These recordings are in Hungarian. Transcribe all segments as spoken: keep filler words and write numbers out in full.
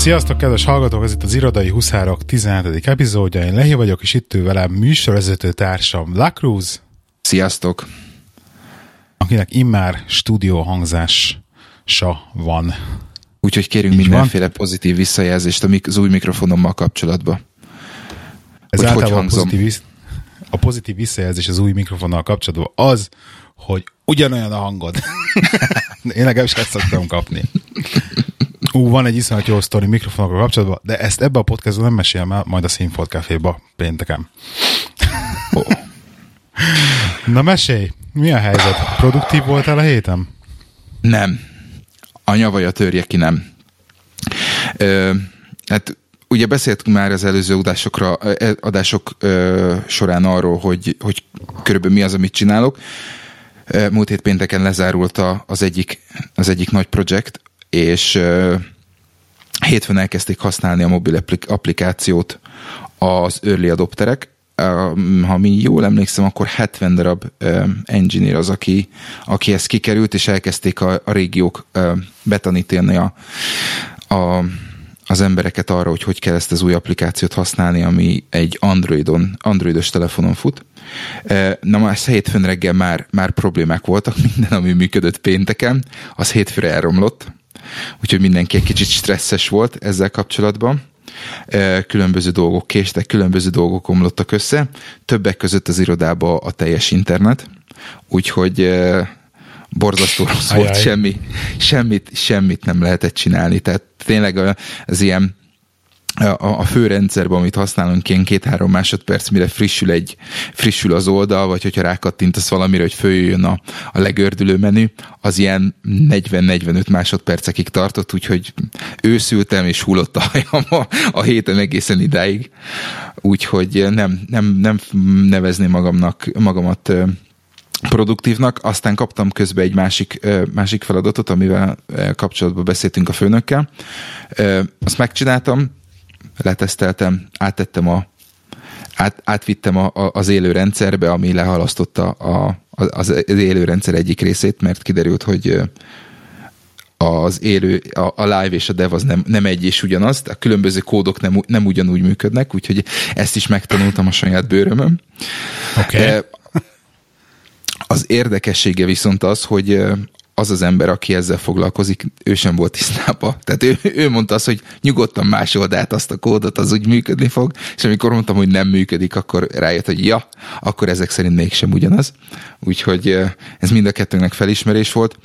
Sziasztok, kedves hallgatók! Ez itt az Irodai Huszárok tizenhetedik epizódja. Én Lehi vagyok, és itt ő velem műsorvezető társam Lacruz. Sziasztok! Akinek immár stúdió hangzása van. Úgyhogy kérünk Így mindenféle van? pozitív visszajelzést az új mikrofonommal kapcsolatban. Ez hogy általában hogy a pozitív, a pozitív visszajelzés az új mikrofonnal kapcsolatban az, hogy ugyanolyan a hangod. Én legalábbis ezt szoktam kapni. Ú, van egy iszonyat jó sztori mikrofonokkal kapcsolatban, de ezt ebbe a podcastban nem mesélem el, majd a Színfolt Caféba pénteken. Oh. Na mesélj, mi a helyzet? Produktív voltál a héten? Nem. Anya vagy a törje ki, nem. Ö, hát ugye beszéltünk már az előző adásokra, adások ö, során arról, hogy, hogy körülbelül mi az, amit csinálok. Múlt hét pénteken lezárult az egyik, az egyik nagy projekt, és uh, hétfőn elkezdték használni a mobil applikációt az early adopterek. Uh, ha mi jól emlékszem, akkor hetven darab uh, engineer az, aki, aki ezt kikerült, és elkezdték a, a régiók uh, betanítani a, a, az embereket arra, hogy hogy kell ezt az új applikációt használni, ami egy Androidon, androidos telefonon fut. Na már hétfőn reggel már, már problémák voltak, minden, ami működött pénteken, az hétfőre elromlott, úgyhogy mindenki egy kicsit stresszes volt ezzel kapcsolatban. Különböző dolgok késtek, különböző dolgok omlottak össze, többek között az irodába a teljes internet, úgyhogy borzasztó rossz volt, semmi, semmit, semmit nem lehetett csinálni, tehát tényleg az ilyen A, a fő rendszerben, amit használunk, ilyen két-három másodperc, mire frissül, egy, frissül az oldal, vagy hogyha rákattintasz valamire, hogy följöjjön a, a legördülő menü, az ilyen negyven-negyvenöt másodpercekig tartott, úgyhogy őszültem és hullott a hajam a, a héten egészen idáig. Úgyhogy nem, nem, nem nevezném magamnak, magamat produktívnak. Aztán kaptam közben egy másik, másik feladatot, amivel kapcsolatban beszéltünk a főnökkel. Azt megcsináltam, leteszteltem, áttettem a, át, átvittem a, a, az élő rendszerbe, ami lehalasztotta a, az, az élő rendszer egyik részét, mert kiderült, hogy az élő, a, a live és a dev az nem, nem egy és ugyanaz, a különböző kódok nem, nem ugyanúgy működnek, úgyhogy ezt is megtanultam a saját bőrömön. Oké. Okay. Az érdekessége viszont az, hogy az az ember, aki ezzel foglalkozik, ő sem volt tisztában. Tehát ő, ő mondta azt, hogy nyugodtan másold át azt a kódot, az úgy működni fog, és amikor mondtam, hogy nem működik, akkor rájött, hogy ja, akkor ezek szerint mégsem ugyanaz. Úgyhogy ez mind a kettőnek felismerés volt.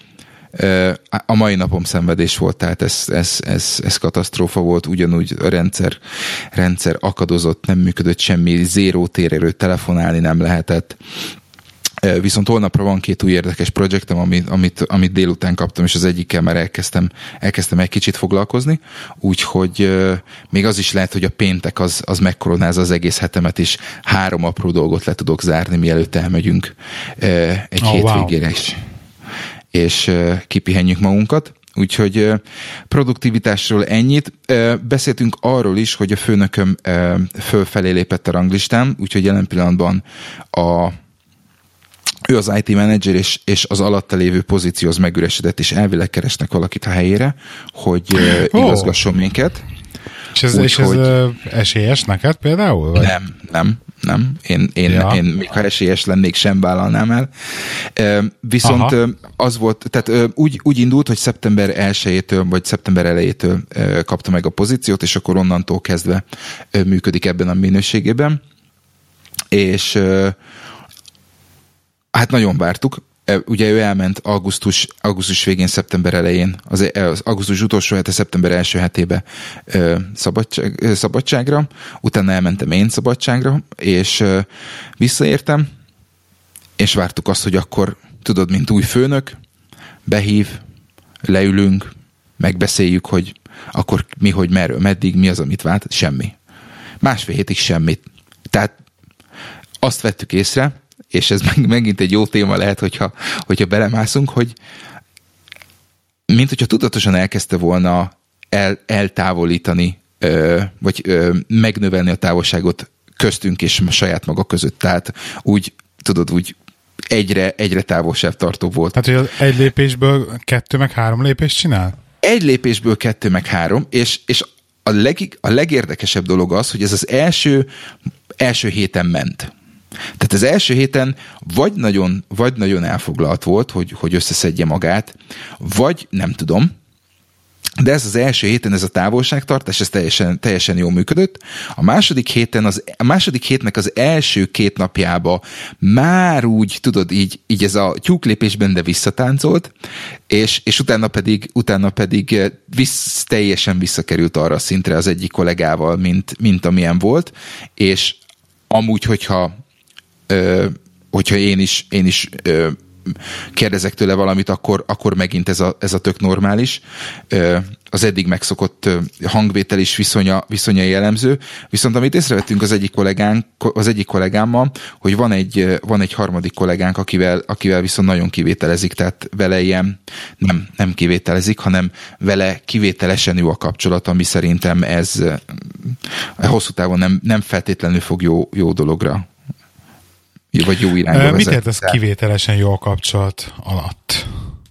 A mai napom szenvedés volt, tehát ez, ez, ez, ez katasztrófa volt, ugyanúgy a rendszer, rendszer akadozott, nem működött semmi, zéró térerőt telefonálni nem lehetett. Viszont holnapra van két új érdekes projektem, amit, amit, amit délután kaptam, és az egyikkel már elkezdtem, elkezdtem egy kicsit foglalkozni, úgyhogy euh, még az is lehet, hogy a péntek az, az megkoronázza az egész hetemet, és három apró dolgot le tudok zárni, mielőtt elmegyünk euh, egy oh, hétvégére is, wow. és euh, kipihenjük magunkat. Úgyhogy euh, produktivitásról ennyit. Euh, beszéltünk arról is, hogy a főnököm euh, fölfelé lépett a ranglistán, úgyhogy jelen pillanatban a ő az i té menedzser, és, és az alatta lévő pozíció az megüresedett, és elvileg keresnek valakit a helyére, hogy oh. igazgasson minket. És ez, Úgy, és ez hogy... esélyes neked például? Vagy? Nem, nem, nem. Én, én, ja. én még ha esélyes lennék, sem vállalnám el. Viszont Aha. az volt, tehát úgy, úgy indult, hogy szeptember elsejétől, vagy szeptember elejétől kapta meg a pozíciót, és akkor onnantól kezdve működik ebben a minőségében. És hát nagyon vártuk. Ugye ő elment augusztus, augusztus végén, szeptember elején, az, az augusztus utolsó hete, szeptember első hetébe szabadság, szabadságra, utána elmentem én szabadságra, és visszaértem, és vártuk azt, hogy akkor, tudod, mint új főnök, behív, leülünk, megbeszéljük, hogy akkor mi, hogy merről, meddig, mi az, amit vált, semmi. Másfél hétig semmit. Tehát azt vettük észre, és ez megint egy jó téma lehet, hogyha, hogyha belemászunk, hogy mint hogyha tudatosan elkezdte volna el, eltávolítani, vagy megnövelni a távolságot köztünk és saját maga között. Tehát úgy, tudod, úgy egyre, egyre távolságtartó volt. Tehát, hogy az egy lépésből kettő meg három lépést csinál? Egy lépésből kettő meg három, és, és a, leg, a legérdekesebb dolog az, hogy ez az első, első héten ment. Tehát az első héten vagy nagyon, vagy nagyon elfoglalt volt, hogy, hogy összeszedje magát, vagy nem tudom, de ez az első héten, ez a távolságtartás, ez teljesen, teljesen jól működött. A második héten, az, a második hétnek az első két napjába már úgy, tudod, így, így ez a tyúklépésben, de visszatáncolt, és, és utána pedig, utána pedig vissz, teljesen visszakerült arra a szintre az egyik kollégával, mint, mint amilyen volt, és amúgy, hogyha Ö, hogyha én is, én is ö, kérdezek tőle valamit, akkor, akkor megint ez a, ez a tök normális. Ö, az eddig megszokott hangvétel is viszonya, viszonya jellemző. Viszont amit észrevettünk az egyik kollégánk, az egyik kollégámmal, hogy van egy, van egy harmadik kollégánk, akivel, akivel viszont nagyon kivételezik, tehát vele ilyen nem, nem kivételezik, hanem vele kivételesen jó a kapcsolat, ami szerintem ez hosszú távon nem, nem feltétlenül fog jó, jó dologra vagy jó irányba vezetni. Mit ért ez kivételesen jó a kapcsolat alatt?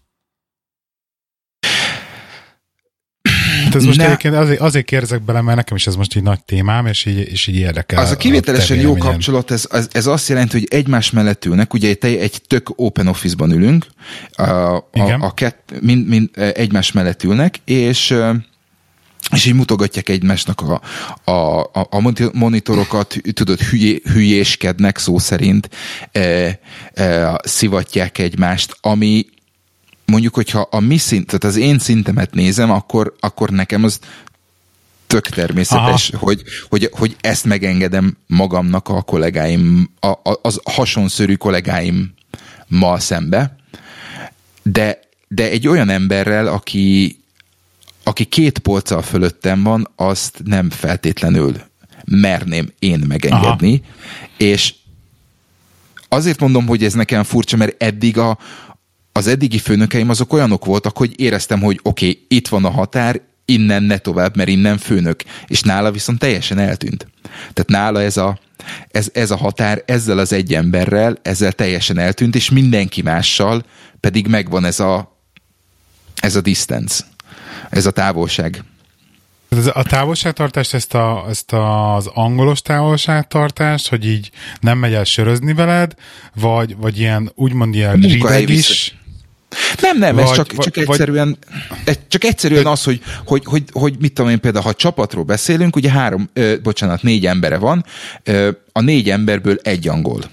Ez most egyébként azért, azért kérdezek bele, mert nekem is ez most így nagy témám, és így, és így érdekel. Az a kivételesen a jó kapcsolat, ez, ez, ez azt jelenti, hogy egymás mellett ülnek, ugye egy, egy tök open office-ban ülünk, a, a, a kett, mind, mind egymás mellett ülnek, és és így mutogatják egymásnak a, a, a, a monitorokat, tudod, hülyé, hülyéskednek szó szerint, e, e, szivatják egymást, ami mondjuk, hogyha a mi szint, tehát az én szintemet nézem, akkor, akkor nekem az tök természetes, hogy, hogy, hogy ezt megengedem magamnak a kollégáim, a, a, az hasonszörű kollégáimmal szembe, de, de egy olyan emberrel, aki aki két polccal fölöttem van, azt nem feltétlenül merném én megengedni, aha, és azért mondom, hogy ez nekem furcsa, mert eddig a, az eddigi főnökeim azok olyanok voltak, hogy éreztem, hogy oké, okay, itt van a határ, innen ne tovább, mert innen főnök, és nála viszont teljesen eltűnt. Tehát nála ez a, ez, ez a határ ezzel az egy emberrel, ezzel teljesen eltűnt, és mindenki mással pedig megvan ez a, ez a distance. Ez a távolság. A távolságtartást, ezt, a, ezt az angolos távolságtartást, hogy így nem megy el sörözni veled, vagy, vagy ilyen úgymond ilyen rideg is? Nem, nem, vagy, ez csak, csak vagy, egyszerűen, csak egyszerűen az, hogy, hogy, hogy, hogy mit tudom én például, ha csapatról beszélünk, ugye három, ö, bocsánat, négy embere van, ö, a négy emberből egy angol.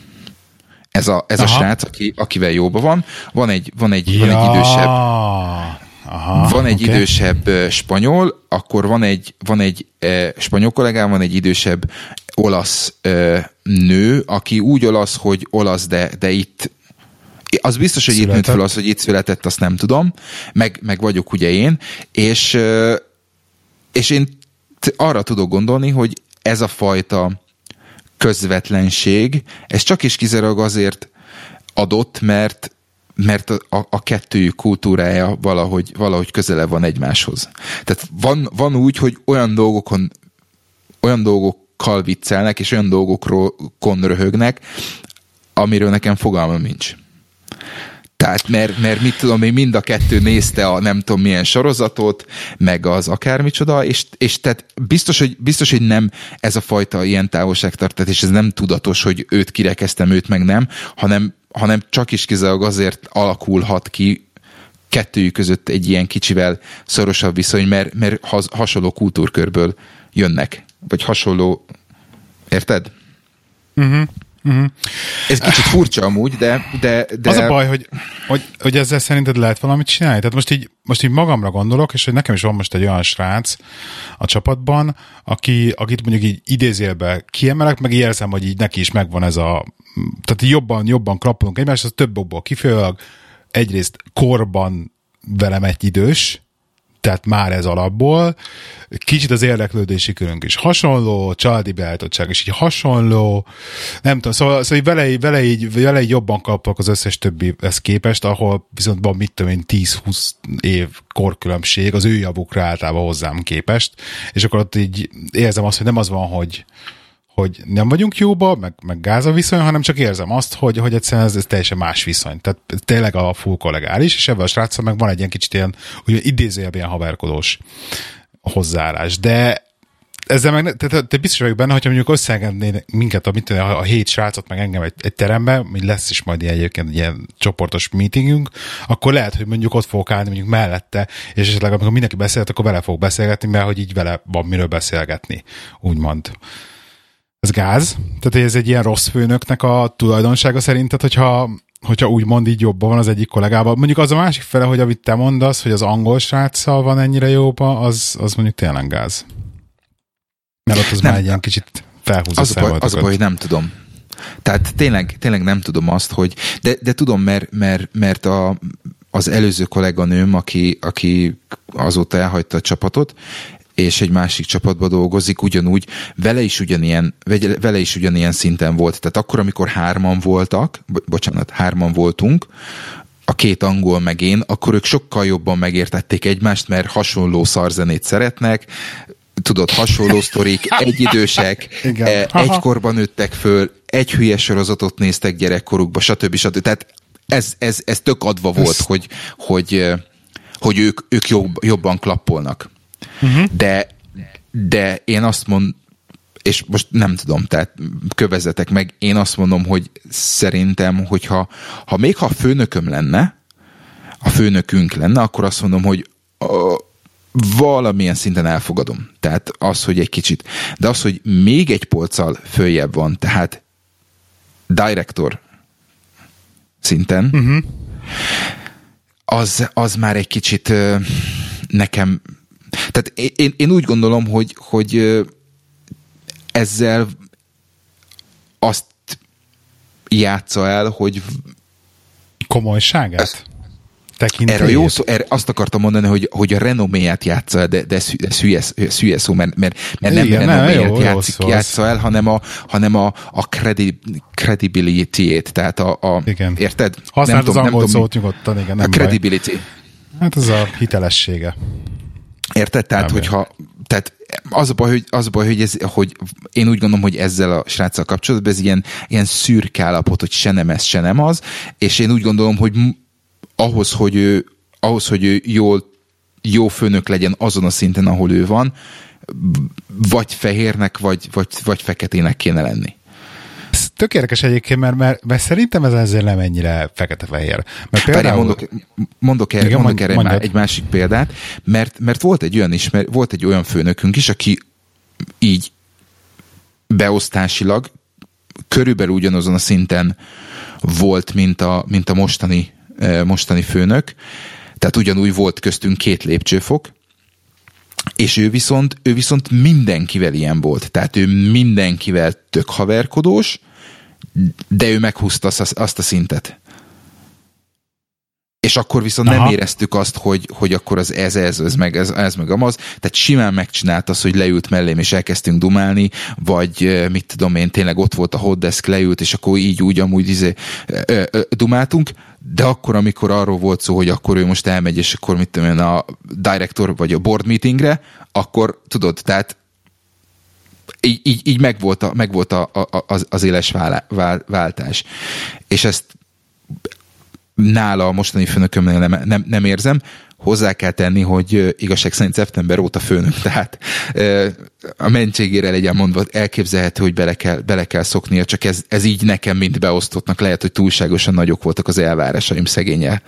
Ez a, ez a srác, aki, akivel jóban van. Van egy, van egy, ja. van egy idősebb... Aha, van egy okay. idősebb uh, spanyol, akkor van egy, van egy uh, spanyol kollégám, van egy idősebb olasz uh, nő, aki úgy olasz, hogy olasz, de, de itt az biztos, hogy született. Itt nőtt fel az, hogy itt született, azt nem tudom, meg, meg vagyok ugye én, és, uh, és én arra tudok gondolni, hogy ez a fajta közvetlenség, ez csak is kizárólag azért adott, mert mert a, a, a kettőjük kultúrája valahogy, valahogy közelebb van egymáshoz. Tehát van, van úgy, hogy olyan dolgokon, olyan dolgokkal viccelnek, és olyan dolgokon röhögnek, amiről nekem fogalmam nincs. Tehát, mert, mert mit tudom, én mind a kettő nézte a nem tudom milyen sorozatot, meg az akármicsoda, és, és tehát biztos hogy, biztos, hogy nem ez a fajta ilyen távolságtartás, és ez nem tudatos, hogy őt kirekeztem, őt meg nem, hanem hanem csak is kizárólag azért alakulhat ki kettőjük között egy ilyen kicsivel szorosabb viszony, mert, mert has, hasonló kultúrkörből jönnek, vagy hasonló, érted? Uh-huh. Uh-huh. Ez kicsit furcsa amúgy, de... de, de... Az a baj, hogy, hogy, hogy ezzel szerinted lehet valamit csinálni? Tehát most így, most így magamra gondolok, és hogy nekem is van most egy olyan srác a csapatban, aki, akit mondjuk így idézélbe kiemelek, meg érzem, hogy így neki is megvan ez a... Tehát jobban, jobban klappolunk egymást, az több okból kifejezőleg egyrészt korban velem egy idős, tehát már ez alapból. Kicsit az érdeklődési körünk is hasonló, családi beállítottság is így hasonló, nem tudom, szóval, szóval vele, vele, így, vele így jobban kapok az összes többihez képest, ahol viszont van mit tudom én tíz-húsz év korkülönbség az ő javukra általában hozzám képest, és akkor ott így érzem azt, hogy nem az van, hogy hogy nem vagyunk jóba, meg, meg gáz a viszony, hanem csak érzem azt, hogy, hogy egyszerűen ez, ez teljesen más viszony. Tehát tényleg a full kollegális, és ebben a sráccal meg van egy ilyen kicsit ilyen, úgy idézőjelben ilyen haverkodós hozzáállás. De ezzel meg, te, te, te biztos vagyok benne, hogyha mondjuk összeengednének minket, a, mit, a, a hét srácot, meg engem egy, egy terembe, mi lesz is majd egyébként egy ilyen csoportos meetingünk, akkor lehet, hogy mondjuk ott fogok állni mondjuk mellette, és esetleg amikor mindenki beszélt, akkor vele fog beszélgetni, mert hogy így vele van miről beszélgetni, úgymond. Ez gáz? Tehát hogy ez egy ilyen rossz főnöknek a tulajdonsága szerinted, hogyha, hogyha úgymond így jobban van az egyik kollégával. Mondjuk az a másik fele, hogy amit te mondasz, hogy az angol sráccal van ennyire jobban, az, az mondjuk tényleg gáz. Mert ott az nem, már egy ilyen kicsit felhúzó az a baj, az a baj, hogy nem tudom. Tehát tényleg, tényleg nem tudom azt, hogy de, de tudom, mert, mert, mert a, az előző kolléganőm, aki, aki azóta elhagyta a csapatot, és egy másik csapatban dolgozik, ugyanúgy, vele is ugyanilyen, vele is ugyanilyen szinten volt. Tehát akkor, amikor hárman voltak, bocsánat, hárman voltunk, a két angol meg én, akkor ők sokkal jobban megértették egymást, mert hasonló szarzenét szeretnek, tudod, hasonló sztorik, egyidősek, egykorban nőttek föl, egy hülye sorozatot néztek gyerekkorukba, stb. stb. Tehát ez, ez, ez tök adva volt, hogy, hogy, hogy ők, ők jobb, jobban klappolnak. Uh-huh. De, de én azt mondom, és most nem tudom, tehát kövezzetek meg, én azt mondom, hogy szerintem, hogyha ha még ha a főnököm lenne, a főnökünk lenne, akkor azt mondom, hogy a, valamilyen szinten elfogadom. Tehát az, hogy egy kicsit. De az, hogy még egy polccal följebb van, tehát director szinten, uh-huh. az, az már egy kicsit nekem. Tehát én, én úgy gondolom, hogy, hogy ezzel azt játsza el, hogy komolyságát? Erre jó szó, erre azt akartam mondani, hogy, hogy a renoméját játsza, de, de ez hülye, hülye szó, mert, mert, mert nem igen, renoméját ne, játszik, játsza el, hanem a, hanem a, a credi, credibility-ét, tehát a, a érted? Használd az angol szót nyugodtan, igen, nem a credibility. Baj. Hát ez a hitelessége. Érted? Tehát, nem hogyha tehát az a baj, hogy, az a baj, hogy, ez, hogy én úgy gondolom, hogy ezzel a sráccal kapcsolatban ez ilyen, ilyen szürke állapot, hogy se nem ez, se nem az, és én úgy gondolom, hogy ahhoz, hogy ő, ahhoz, hogy ő jól, jó főnök legyen azon a szinten, ahol ő van, vagy fehérnek, vagy, vagy, vagy feketének kéne lenni. Ez tök érdekes egyébként, mert, mert, mert szerintem ez ezzel nem ennyire fekete-fehér. Mert például... mondok, mondok erre, igen, mondok erre egy, egy másik példát, mert, mert volt egy olyan ismer, volt egy olyan főnökünk is, aki így beosztásilag körülbelül ugyanazon a szinten volt, mint a, mint a mostani mostani főnök, tehát ugyanúgy volt köztünk két lépcsőfok, és ő viszont, ő viszont mindenkivel ilyen volt, tehát ő mindenkivel tök haverkodós, de ő meghúzta azt, azt a szintet. És akkor viszont Aha. nem éreztük azt, hogy, hogy akkor az ez, ez, ez, meg ez, ez, meg amaz. Tehát simán megcsinált azt, hogy leült mellém, és elkezdtünk dumálni, vagy mit tudom én, tényleg ott volt a hotdesk, leült, és akkor így úgy amúgy izé, ö, ö, dumáltunk, de akkor, amikor arról volt szó, hogy akkor ő most elmegy, és akkor mit tudom én, a director, vagy a board meetingre, akkor tudod, tehát így, így, így megvolt, a, megvolt a, a, az, az éles váltás. És ezt nála a mostani főnökömnél nem, nem, nem érzem. Hozzá kell tenni, hogy igazság szerint szeptember óta főnök, tehát a mentségére legyen mondva, elképzelhető, hogy bele kell, bele kell szoknia, csak ez, ez így nekem, mint beosztottnak lehet, hogy túlságosan nagyok voltak az elvárásaim szegényel.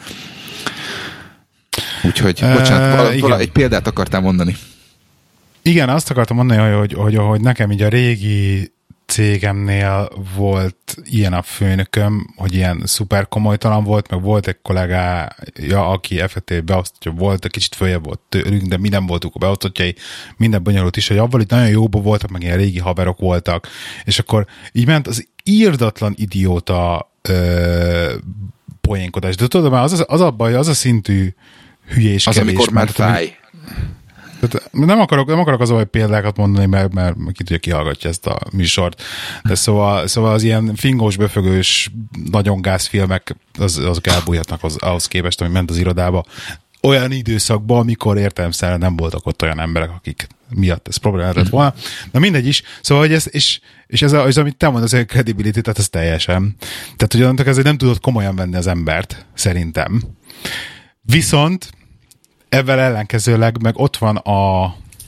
Úgyhogy, uh, bocsánat, vala, vala, egy példát akartál mondani. Igen, azt akartam mondani, hogy, hogy, hogy nekem így a régi cégemnél volt ilyen a főnököm, hogy ilyen szuper komolytalan volt, meg volt egy kollégája, aki effektív beosztottja volt, egy kicsit följebb volt tőlünk, de mi nem voltunk a beosztottjai, minden bonyolult is, hogy avval itt nagyon jóban voltak, meg ilyen régi haverok voltak, és akkor így ment az írdatlan idióta ö, poénkodás. De tudod, már az, az a baj, az a szintű hülyés az, kevés. Az, amikor már fáj. Tehát nem akarok, nem akarok az olyan példákat mondani, mert, mert ki tudja, kihallgatja ezt a műsort. De szóval, szóval az ilyen fingós, befögős, nagyon gázfilmek, az, azok elbújhatnak az, ahhoz képest, ami ment az irodába. Olyan időszakban, amikor értelemszerűen nem voltak ott olyan emberek, akik miatt ez probléma lett volna. Na mindegy is. Szóval, hogy ez, és, és ez, az, amit te mondasz, a credibility, tehát ez teljesen. Tehát, hogy annak ezért nem tudod komolyan venni az embert, szerintem. Viszont ezzel ellenkezőleg meg ott van a,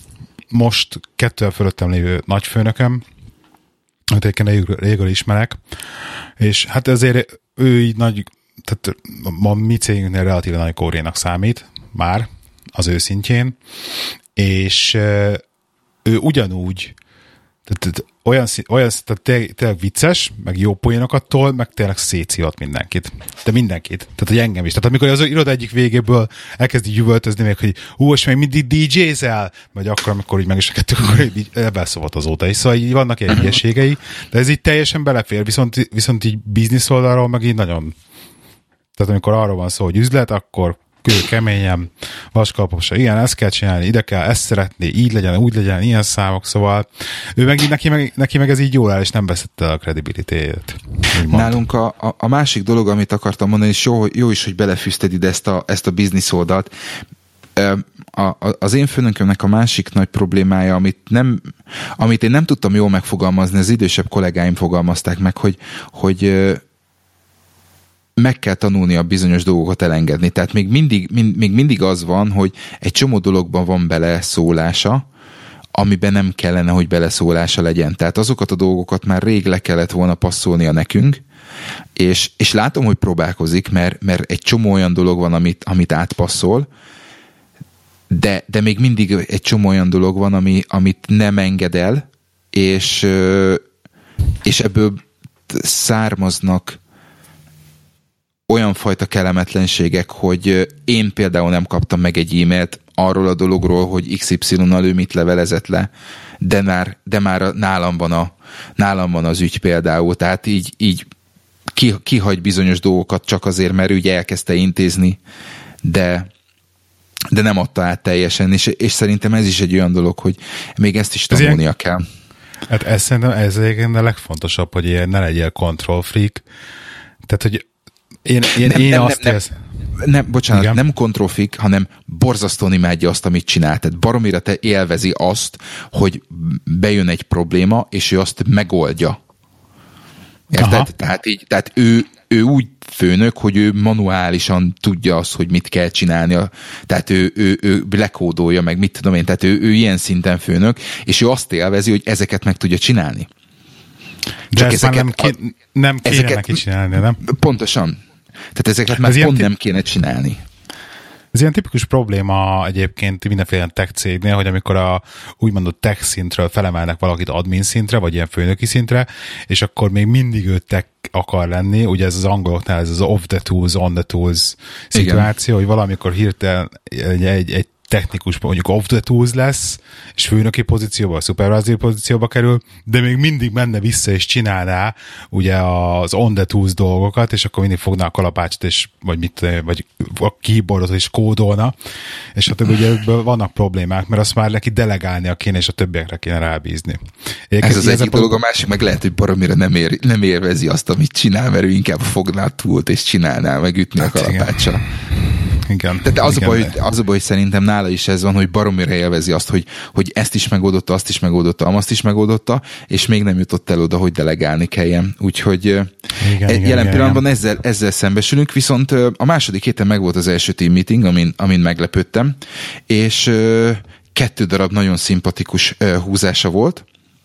most kettővel fölöttem lévő nagyfőnököm, amit egyébként régről ismerek, és hát ezért ő így nagy, tehát a mi cégünknél relatíve nagy kórénak számít, már az ő szintjén, és ő ugyanúgy, tehát olyan, olyan tehát tényleg vicces, meg jó poénokat tol, meg tényleg szétszívat mindenkit. De mindenkit. Tehát, hogy engem is. Tehát amikor az iroda egyik végéből elkezdi gyűvöltözni még, hogy hú, és még mindig dé jézel, vagy akkor, amikor így megismerkedtük, akkor így elbeszólt azóta is. Szóval így vannak ilyen ügyességei, de ez így teljesen belefér, viszont, viszont így biznisz oldalról meg így nagyon. Tehát amikor arról van szó, hogy üzlet, akkor kő keményen, vaskalposan, igen, ezt kell csinálni, ide kell, ezt szeretné, így legyen, úgy legyen, ilyen számok, szóval ő meg, neki, meg, neki meg ez így jól áll, és nem veszette el a credibility-jét. Nálunk a, a, a másik dolog, amit akartam mondani, és jó, jó is, hogy belefűzted ide ezt a, ezt a business oldalt. A, a, az én főnökömnek a másik nagy problémája, amit, nem, amit én nem tudtam jól megfogalmazni, az idősebb kollégáim fogalmazták meg, hogy, hogy meg kell tanulni a bizonyos dolgokat elengedni. Tehát még mindig, mind, még mindig az van, hogy egy csomó dologban van beleszólása, amiben nem kellene, hogy beleszólása legyen. Tehát azokat a dolgokat már rég le kellett volna passzolnia nekünk, és, és látom, hogy próbálkozik, mert, mert egy csomó olyan dolog van, amit, amit átpasszol, de, de még mindig egy csomó olyan dolog van, ami, amit nem enged el, és, és ebből származnak olyan fajta kellemetlenségek, hogy én például nem kaptam meg egy e-mailt arról a dologról, hogy iksz ipszilonnal ő mit levelezett le, de már, de már nálam van, a, nálam van az ügy például, tehát így, így ki, kihagy bizonyos dolgokat csak azért, mert ő ugye elkezdte intézni, de, de nem adta át teljesen, és, és szerintem ez is egy olyan dolog, hogy még ezt is tanulnia ilyen, kell. Hát ez szerintem ez egyébként a legfontosabb, hogy ilyen ne legyél control freak, tehát, hogy Én, én, nem, én nem, azt nem, érzem. Nem, nem, bocsánat, igen. Nem kontrofik, hanem borzasztóan imádja azt, amit csinál. Tehát baromira te élvezi azt, hogy bejön egy probléma, és ő azt megoldja. Érted? Aha. Tehát, így, tehát ő, ő úgy főnök, hogy ő manuálisan tudja azt, hogy mit kell csinálni. Tehát ő, ő, ő lekódolja meg, mit tudom én. Tehát ő, ő ilyen szinten főnök, és ő azt élvezi, hogy ezeket meg tudja csinálni. De Csak ezt ezeket, nem, ké, nem kéne ezeket, neki csinálni, nem? Pontosan. Tehát ezeket már pont nem kéne csinálni. Ez ilyen tipikus probléma egyébként mindenféle tech cégnél, hogy amikor a úgymond a tech szintről felemelnek valakit admin szintre, vagy ilyen főnöki szintre, és akkor még mindig ő tech akar lenni, ugye ez az angoloknál ez az off the tools, on the tools szituáció, hogy valamikor hirtelen egy, egy, egy technikus mondjuk off the tools lesz, és főnöki pozícióba, a supervisory pozícióba kerül, de még mindig menne vissza és csinálná ugye az on the tools dolgokat, és akkor mindig fogná a kalapácsot, és vagy mit, vagy a keyboardot is kódolna, és hát ugye vannak problémák, mert azt már neki delegálnia kéne, és a többiekre kéne rábízni. Éken, ez az egyik dolog, a másik meg lehet, hogy baromira nem, ér, nem élvezi azt, amit csinál, mert ő inkább fogná a toolt, és csinálná, meg ütni hát a kalapáccsal. Igen. De az, igen. A baj, hogy, az a baj, hogy szerintem nála is ez van, hogy baromira élvezi azt, hogy, hogy ezt is megoldotta, azt is megoldotta, azt is megoldotta, és még nem jutott el oda, hogy delegálni kelljen. Úgyhogy igen, jelen igen, pillanatban igen. Ezzel, ezzel szembesülünk, viszont a második héten meg volt az első team meeting, amin, amin meglepődtem, és kettő darab nagyon szimpatikus húzása volt.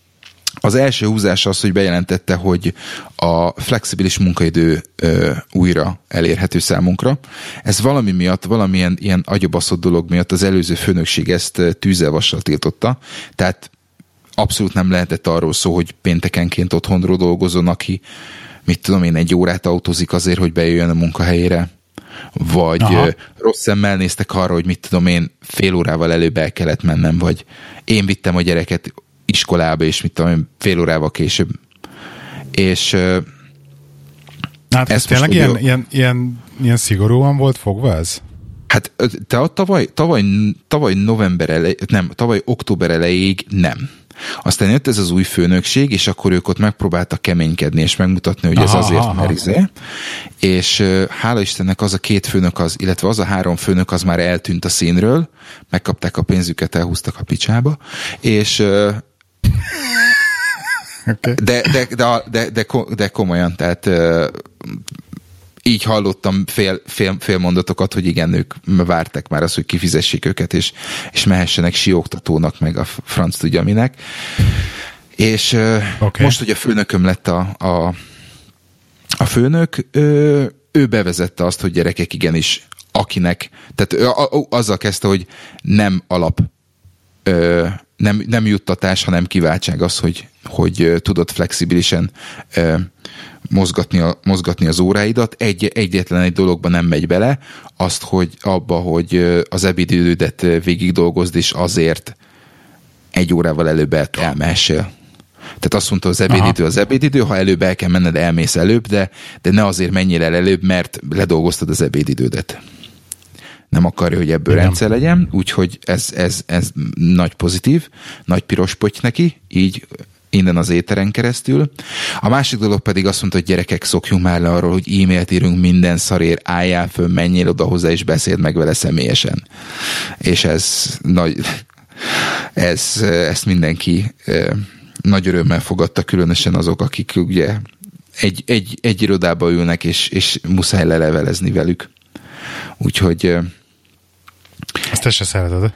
Az első húzás az, hogy bejelentette, hogy a flexibilis munkaidő ö, újra elérhető számunkra. Ez valami miatt, valamilyen ilyen agyabaszott dolog miatt az előző főnökség ezt tűzelvassal tiltotta. Tehát abszolút nem lehetett arról szó, hogy péntekenként otthonról dolgozon, aki, mit tudom én, egy órát autózik azért, hogy bejöjjön a munkahelyére. Vagy Aha. rossz szemmel néztek arra, hogy mit tudom én, fél órával előbb el kellett mennem, vagy én vittem a gyereket iskolába, és mit tudom én, fél órával később. És hát ez tényleg ilyen, jó... ilyen, ilyen, ilyen szigorúan volt fogva ez? Hát te a tavaly, tavaly, tavaly november elej, nem, tavaly október elejéig nem. Aztán jött ez az új főnökség, és akkor ők ott megpróbáltak keménykedni, és megmutatni, hogy aha, ez azért aha. merizé. És hála Istennek az a két főnök, az, illetve az a három főnök az már eltűnt a színről, megkapták a pénzüket, elhúztak a picsába, és okay. de, de, de, de, de, de komolyan, tehát így hallottam fél, fél, fél mondatokat, hogy igen, ők várták már azt, hogy kifizessék őket, és, és mehessenek sioktatónak, meg a franc tudja minek. És okay. most, hogy a főnököm lett a, a, a főnök, ő, ő bevezette azt, hogy gyerekek igenis, akinek, tehát azzal kezdte, hogy nem alap, nem, nem juttatás, hanem kiváltság az, hogy, hogy tudod flexibilisen mozgatni, a, mozgatni az óráidat. Egy, egyetlen egy dologban nem megy bele, azt, hogy abba, hogy az ebédidődet végig dolgozd, és azért egy órával előbb el, elmehessél. Tehát azt mondta, az ebédidő Aha. az ebédidő, ha előbb el kell menned, elmész előbb, de, de ne azért menjél el előbb, mert ledolgoztad az ebédidődet. Nem akarja, hogy ebből Igen. rendszer legyen, úgyhogy ez, ez, ez nagy pozitív, nagy piros potty neki, így innen az éteren keresztül. A másik dolog pedig azt mondta, hogy gyerekek, szokjunk már le arról, hogy e-mailt írunk minden szarért, álljál föl, menjél oda hozzá, és beszéld meg vele személyesen. És ez nagy, ez, ezt mindenki nagy örömmel fogadta, különösen azok, akik ugye egy, egy, egy irodába ülnek, és, és muszáj lelevelezni velük. Úgyhogy... Ezt te se szereted?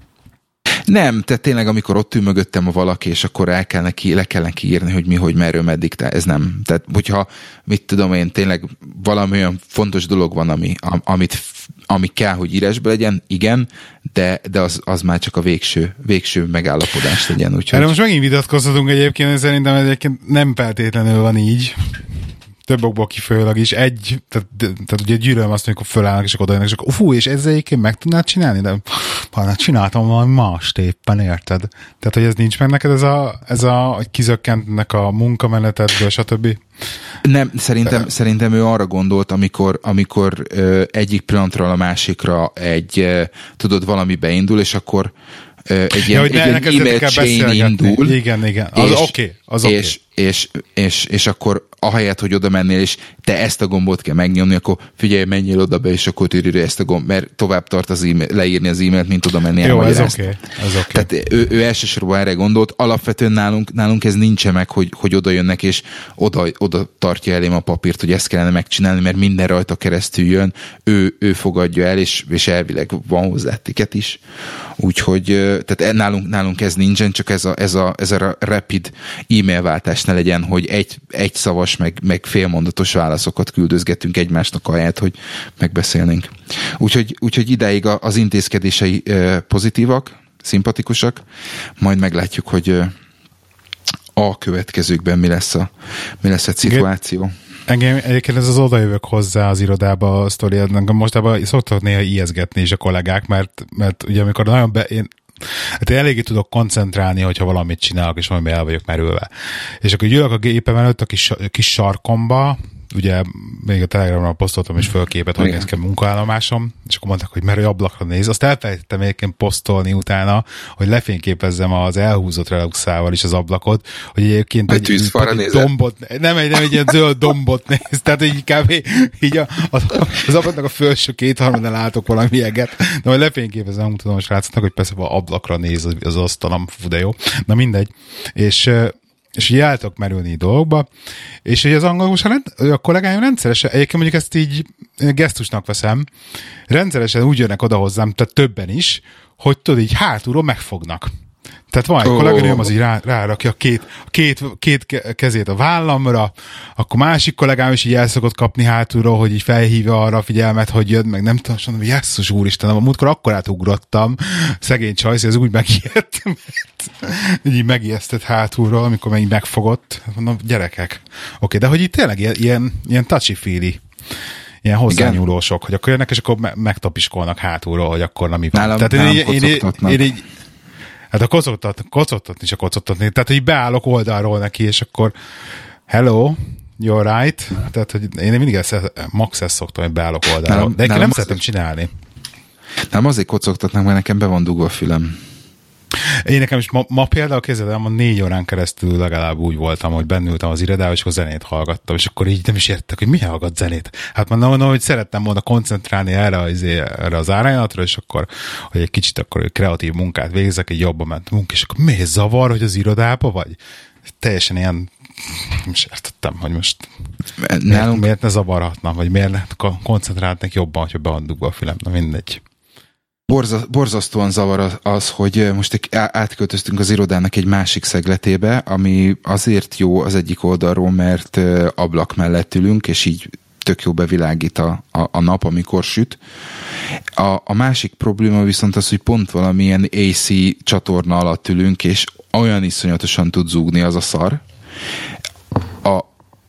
Nem, tehát tényleg, amikor ott ül mögöttem a valaki, és akkor el kell neki, le kell neki írni, hogy mi, hogy merről, meddig, tehát ez nem. Tehát, hogyha, mit tudom én, tényleg valami olyan fontos dolog van, ami, amit, ami kell, hogy írásba legyen, igen, de, de az, az már csak a végső, végső megállapodás legyen. Úgyhogy... Erre most megint vitatkozhatunk egyébként, szerintem egyébként nem feltétlenül van így. Több okból kifolyólag is. Egy, tehát, tehát ugye gyűlölöm azt, amikor fölállnak, és akkor odajönnek, és akkor fú, és ezzel egyébként meg tudnád csinálni? De hát csináltam valami mást éppen, érted? Tehát, hogy ez nincs meg neked, ez a, ez a kizökkentnek a munkamenetedből, stb. Nem, szerintem, De... szerintem ő arra gondolt, amikor, amikor ö, egyik pillanatról a másikra egy, ö, tudod, valami beindul, és akkor ö, egy ilyen, ja, egy ilyen e-mail chain indul. Igen, igen. Az oké, okay, az oké. Okay. És, és, és akkor ahelyett, hogy oda mennél, és te ezt a gombot kell megnyomni, akkor figyelj, menjél oda be, és akkor tűrjél ezt a gomb, mert tovább tart az e-mail, leírni az e-mailt, mint oda menni. Jó, ez oké. Okay. Okay. Tehát ő, ő elsősorban erre gondolt. Alapvetően nálunk, nálunk ez nincsen meg, hogy, hogy oda jönnek, és oda, oda tartja elém a papírt, hogy ezt kellene megcsinálni, mert minden rajta keresztül jön, ő, ő fogadja el, és, és elvileg van hozzá tiket is. Úgyhogy tehát nálunk, nálunk ez nincsen, csak ez a, ez a, ez a rapid e-mail váltás ne legyen, hogy egy, egy szavas, meg, meg félmondatos válaszokat küldözgetünk egymásnak ahelyett, hogy megbeszélnénk. Úgyhogy, úgyhogy idáig az intézkedései pozitívak, szimpatikusak, majd meglátjuk, hogy a következőkben mi lesz a, mi lesz a szituáció. Engem egyébként ez az odajövök hozzá az irodába a sztori, mostában szoktak néha ijeszgetni is a kollégák, mert, mert ugye amikor nagyon be, én hát én eléggé tudok koncentrálni, hogyha valamit csinálok, és valami el vagyok merülve. És akkor gyűlök a gépem előtt a kis, kis sarkomba, ugye még a Telegramon posztoltam is fölképet, hogy néz ki a munkaállomásom, és akkor mondták, hogy mert ablakra néz. Azt elfelejtettem egyébként posztolni utána, hogy lefényképezzem az elhúzott relaxával is az ablakot, hogy egyébként egy, egy, egy dombot, nem egy, nem egy ilyen zöld dombot néz, tehát így kb. Így a, az, az ablaknak a felső kétharmadán látok valami eget, de majd lefényképezzem, nem tudom a srácoknak, hogy persze ablakra néz az, az asztalam, fú, de jó. Na mindegy. És és így el tudok merülni dolgokba, és hogy az angolos a kollégáim rendszeresen, egyébként mondjuk ezt így gesztusnak veszem, rendszeresen úgy jönnek oda hozzám, tehát többen is, hogy tudod, így hátulról megfognak. Tehát van egy oh. kolléganőm, az így rá, rárakja két, két, két kezét a vállamra, akkor másik kollégám is így el szokott kapni hátulról, hogy így felhívja arra a figyelmet, hogy jön, meg nem tudom, mondom, hogy jesszus úristen, a múltkor akkor átugrottam, szegény csajsz, ez úgy megijedt, mert így megijesztett hátulról, amikor meg így megfogott. Mondom, gyerekek. Oké, de hogy itt tényleg ilyen, ilyen, ilyen touchy-feely, ilyen hozzányúlósok, hogy akkor jönnek, és akkor me- megtapiskolnak hátulról, hogy akkor nem mi van. Nálam, Tehát nálam én, én, én, én így hát a kocogtat, kocogtatni, csak kocogtatni. Tehát, hogy beállok oldalról neki, és akkor hello, you're right. Tehát, hogy én mindig ezt, max ezt szoktam, hogy beállok oldalról. Nálam, de én nem szeretem csinálni. Nem azért kocogtatnak, mert nekem be van dugva a fülem. Én nekem is ma, ma például kézzel, ma négy órán keresztül legalább úgy voltam, hogy bennültem az irodába, és akkor zenét hallgattam, és akkor így nem is értek, hogy mi hallgat zenét. Hát mondom, mondom, hogy szerettem volna koncentrálni erre az, erre az árajánlatra, és akkor, hogy egy kicsit akkor kreatív munkát végzek, egy jobban ment munka, és akkor miért zavar, hogy az irodába vagy? Teljesen ilyen nem is értettem, hogy most Nálunk... miért, miért ne zavarhatna, vagy miért ne koncentrálhatnak jobban, hogyha be van dugva a film, na mindegy. Borza, borzasztóan zavar az, az, hogy most átköltöztünk az irodának egy másik szegletébe, ami azért jó az egyik oldalról, mert ablak mellett ülünk, és így tök jó bevilágít a, a, a nap, amikor süt. A, a másik probléma viszont az, hogy pont valamilyen á cé csatorna alatt ülünk, és olyan iszonyatosan tud zúgni az a szar. A,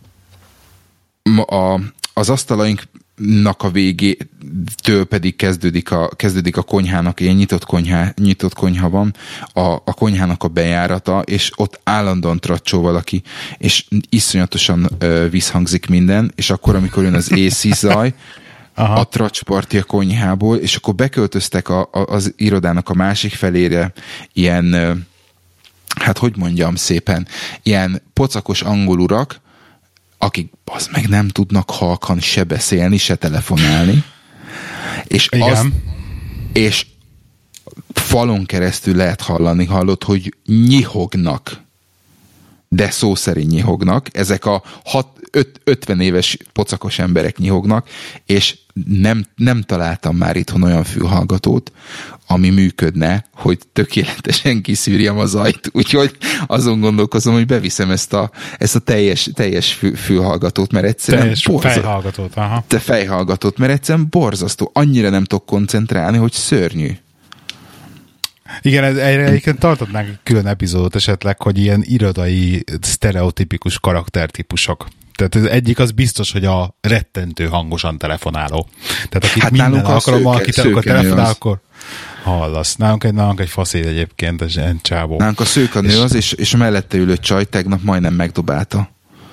a, az asztalainknak a végétől pedig kezdődik a, kezdődik a konyhának, ilyen nyitott konyha, nyitott konyha van, a, a konyhának a bejárata, és ott állandóan tracsol valaki, és iszonyatosan ö, visszhangzik minden, és akkor, amikor jön az á cé zaj, aha, a tracsparti a konyhából, és akkor beköltöztek a, a, az irodának a másik felére ilyen, ö, hát hogy mondjam szépen, ilyen pocakos angol urak, akik az meg nem tudnak halkan se beszélni, se telefonálni. És, az, és falon keresztül lehet hallani, hallott, hogy nyihognak. De szó szerint nyihognak. Ezek a ötven éves pocakos emberek nyihognak, és nem, nem találtam már itthon olyan fülhallgatót, ami működne, hogy tökéletesen kiszűrjem a zajt. Úgyhogy azon gondolkozom, hogy beviszem ezt a, ezt a teljes, teljes fül, fülhallgatót, mert egyszerűen teljes borzasztó. fejhallgatót, aha. Te fejhallgatót, mert egyszerűen borzasztó. Annyira nem tudok koncentrálni, hogy szörnyű. Igen, ez, egyébként tartotnánk külön epizódot esetleg, hogy ilyen irodai sztereotipikus karaktertípusok. Tehát az egyik az biztos, hogy a rettentő hangosan telefonáló. Tehát akit hát minden alkalommal, akit akkor telefonál, az. Akkor hallasz. Nálunk egy, nálunk egy faszéd egyébként, ez egy csávó. Nálunk a szőkanő és... az, és, és a mellette ülő csaj tegnap majdnem megdobálta.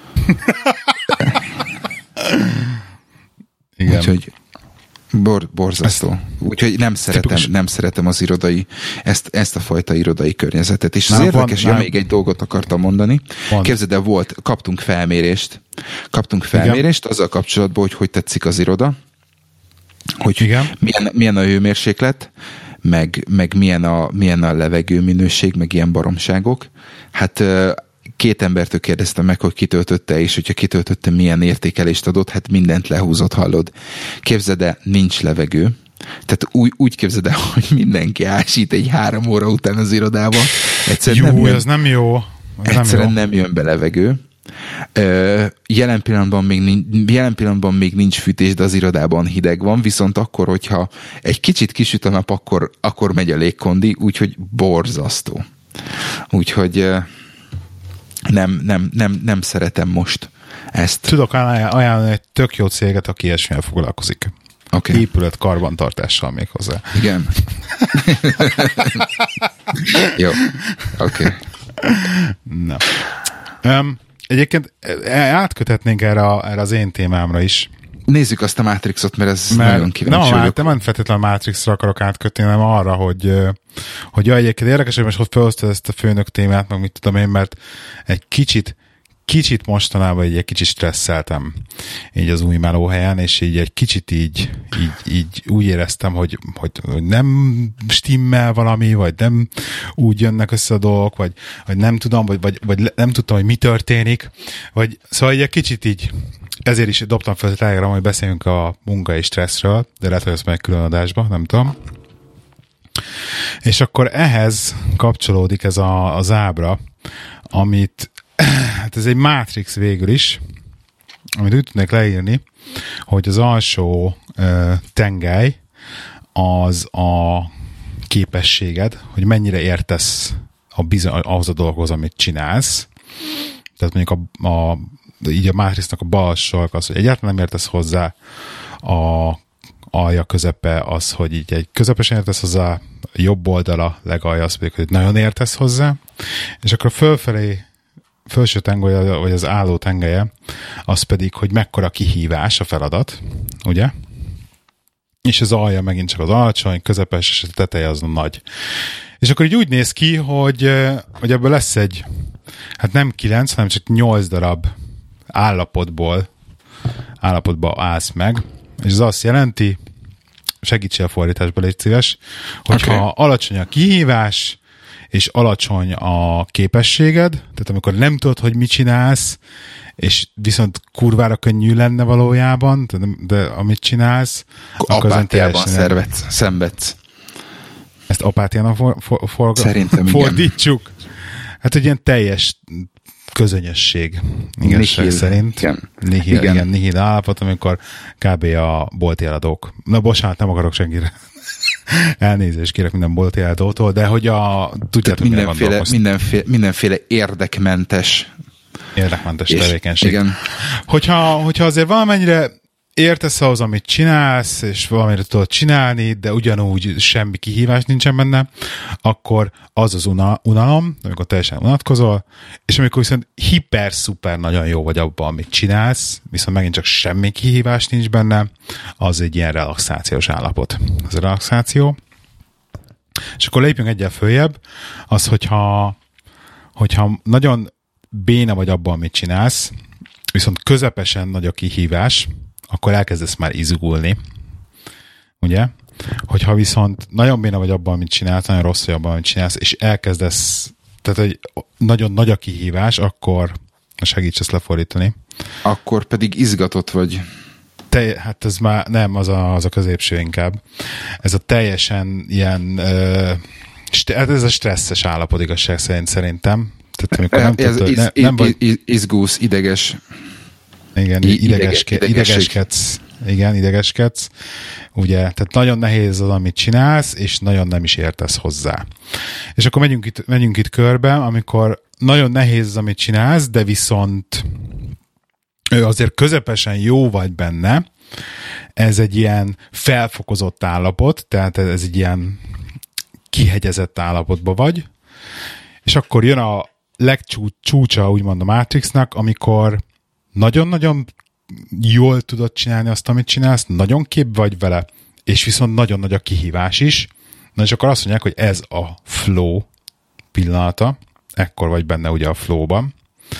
Igen. Úgyhogy bor, borzasztó. Ezt... Úgyhogy nem szeretem, nem szeretem az irodai, ezt, ezt a fajta irodai környezetet. És az nem érdekes, hogy még egy dolgot akartam mondani. Van. Képzeld el, volt, kaptunk felmérést. Kaptunk felmérést igen, azzal kapcsolatban, hogy hogy tetszik az iroda, hogy milyen, milyen a hőmérséklet, meg, meg milyen, a, milyen a levegő minőség, meg ilyen baromságok. Hát két embertől kérdeztem meg, hogy kitöltötte, és hogyha kitöltötte, milyen értékelést adott, hát mindent lehúzott, hallod. Képzeld el, nincs levegő. Tehát úgy, úgy képzeld el, hogy mindenki ásít egy három óra után az irodába. Egyszerűen jó, nem jön, ez nem jó. Ez egyszerűen nem, jó. nem jön be levegő. Jelen pillanatban, még nincs, jelen pillanatban még nincs fűtés, de az irodában hideg van, viszont akkor, hogyha egy kicsit kisüt a nap, akkor, akkor megy a légkondi, úgyhogy borzasztó. Úgyhogy nem, nem, nem, nem szeretem most ezt. Tudok ajánlani egy tök jó céget, aki ilyesmivel foglalkozik. Okay. Épület karbantartással még hozzá. Igen. Jó. Oké. Okay. Na. Um, egyébként átköthetnénk erre, a, erre az én témámra is. Nézzük azt a Matrixot, mert ez mert nagyon kíváncsi vagyok. Nem, nem feltétlenül a Matrixra akarok átkötni, hanem arra, hogy, hogy ja, egyébként érdekes, hogy most felhoztad ezt a főnök témát, meg mit tudom én, mert egy kicsit Kicsit mostanában így egy kicsit stresszeltem így az új melóhelyen, és így egy kicsit így, így, így úgy éreztem, hogy, hogy, hogy nem stimmel valami, vagy nem úgy jönnek össze a dolgok, vagy, vagy nem tudom, vagy, vagy, vagy nem tudtam, hogy mi történik, vagy szóval egy kicsit így, ezért is dobtam fel a Telegram, hogy beszéljünk a munka és stresszről, de lehet, hogy ezt meg külön adásba, nem tudom. És akkor ehhez kapcsolódik ez a, az ábra, amit hát ez egy Matrix végül is, amit úgy tudnék leírni, hogy az alsó uh, tengely az a képességed, hogy mennyire értesz a bizony, ahhoz a dolghoz, amit csinálsz. Tehát mondjuk a, a, így a Matrixnak a bal alsó az, hogy egyáltalán nem értesz hozzá, a alja közepe az, hogy így egy közepesen értesz hozzá, a jobb oldala legalja az pedig, hogy nagyon értesz hozzá, és akkor fölfelé felső tengelye, vagy az álló tengelye, az pedig, hogy mekkora kihívás a feladat, ugye? És az alja megint csak az alacsony, közepes, és a teteje az a nagy. És akkor így úgy néz ki, hogy, hogy ebből lesz egy, hát nem kilenc, hanem csak nyolc darab állapotból, állapotba állsz meg, és ez azt jelenti, segítsél a fordításba, légy szíves, hogyha okay. alacsony a kihívás, és alacsony a képességed, tehát amikor nem tudod, hogy mit csinálsz, és viszont kurvára könnyű lenne valójában, de amit csinálsz, akkor apátiában szervetsz, szenvedsz. Ezt apátiának for, for, for, fordítsuk. Hát egy ilyen teljes közönyösség. Igazság szerint. Igen. Nihil, igen. igen, nihil állapot, amikor kb. A bolti eladók. Na bocsánat, nem akarok senkire. Elnézést kérek minden bolti eladótól, de hogy a... Tudjátok, mindenféle, mindenféle, mindenféle érdekmentes érdekmentes tevékenység. Igen. Hogyha, hogyha azért valamennyire értesz ahhoz, amit csinálsz, és valamire tudod csinálni, de ugyanúgy semmi kihívás nincsen benne, akkor az az una, unalom, amikor teljesen unatkozol, és amikor viszont hiper-szuper nagyon jó vagy abban, amit csinálsz, viszont megint csak semmi kihívás nincs benne, az egy ilyen relaxációs állapot. Az a relaxáció. És akkor lépjünk egyel följebb, az, hogyha, hogyha nagyon béna vagy abban, amit csinálsz, viszont közepesen nagy a kihívás, akkor elkezdesz már izgulni. Ugye? Hogyha viszont nagyon béna vagy abban, amit csinálsz, nagyon rossz vagy abban, amit csinálsz, és elkezdesz, tehát egy nagyon nagy a kihívás, akkor segíts ezt lefordítani. Akkor pedig izgatott vagy. Te, hát ez már nem, az a, az a középső inkább. Ez a teljesen ilyen, uh, st- ez a stresszes állapot igazság szerint szerintem. Tehát amikor nem ez, tudod, iz, ne, nem vagy... iz, izgulsz, ideges. Igen, idegeske, idegeskedsz. Igen, idegeskedsz. Ugye, tehát nagyon nehéz az, amit csinálsz, és nagyon nem is értesz hozzá. És akkor megyünk itt, megyünk itt körbe, amikor nagyon nehéz az, amit csinálsz, de viszont azért közepesen jó vagy benne. Ez egy ilyen felfokozott állapot, tehát ez egy ilyen kihegyezett állapotban vagy. És akkor jön a legcsúcsa, úgymond a Matrixnak, amikor nagyon-nagyon jól tudod csinálni azt, amit csinálsz, nagyon kép vagy vele, és viszont nagyon nagy a kihívás is. Na és akkor azt mondják, hogy ez a flow pillanata, ekkor vagy benne ugye a flowban,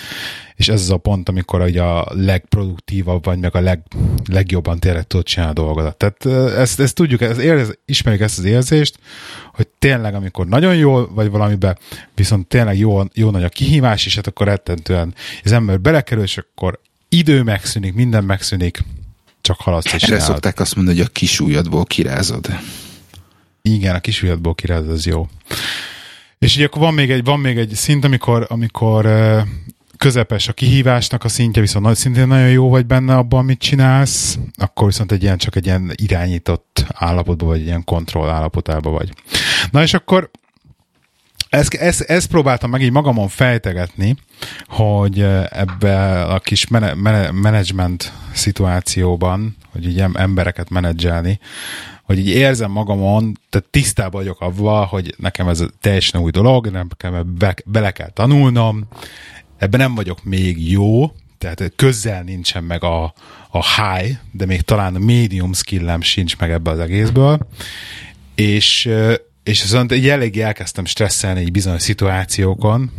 és ez az a pont, amikor ugye a legproduktívabb vagy, meg a leg, legjobban tényleg tudod csinálni a dolgodat. Tehát ezt, ezt tudjuk, ezt érez, ismerjük ezt az érzést, hogy tényleg amikor nagyon jól vagy valamiben, viszont tényleg jó, jó nagy a kihívás, és hát akkor rettentően az ember belekerül, és akkor idő megszűnik, minden megszűnik, csak halaszt és csinálod. Erre szokták azt mondani, hogy a kis ujjadból kirázod. Igen, a kis ujjadból kirázod, az jó. És ugye akkor van még egy, van még egy szint, amikor, amikor közepes a kihívásnak a szintje, viszont szintén nagyon jó vagy benne abban, amit csinálsz, akkor viszont egy ilyen, csak egy ilyen irányított állapotban, vagy egy ilyen kontroll állapotában vagy. Na és akkor ezt, ezt, ezt próbáltam meg így magamon fejtegetni, hogy ebbe a kis menedzsment szituációban, hogy így embereket menedzselni, hogy így érzem magamon, tehát tisztában vagyok avval, hogy nekem ez teljesen új dolog, nekem be, bele kell tanulnom, ebben nem vagyok még jó, tehát közel nincsen meg a, a high, de még talán a medium skillem sincs meg ebbe az egészből, és, és viszont így eléggé elkezdtem stresszelni egy bizonyos szituációkon,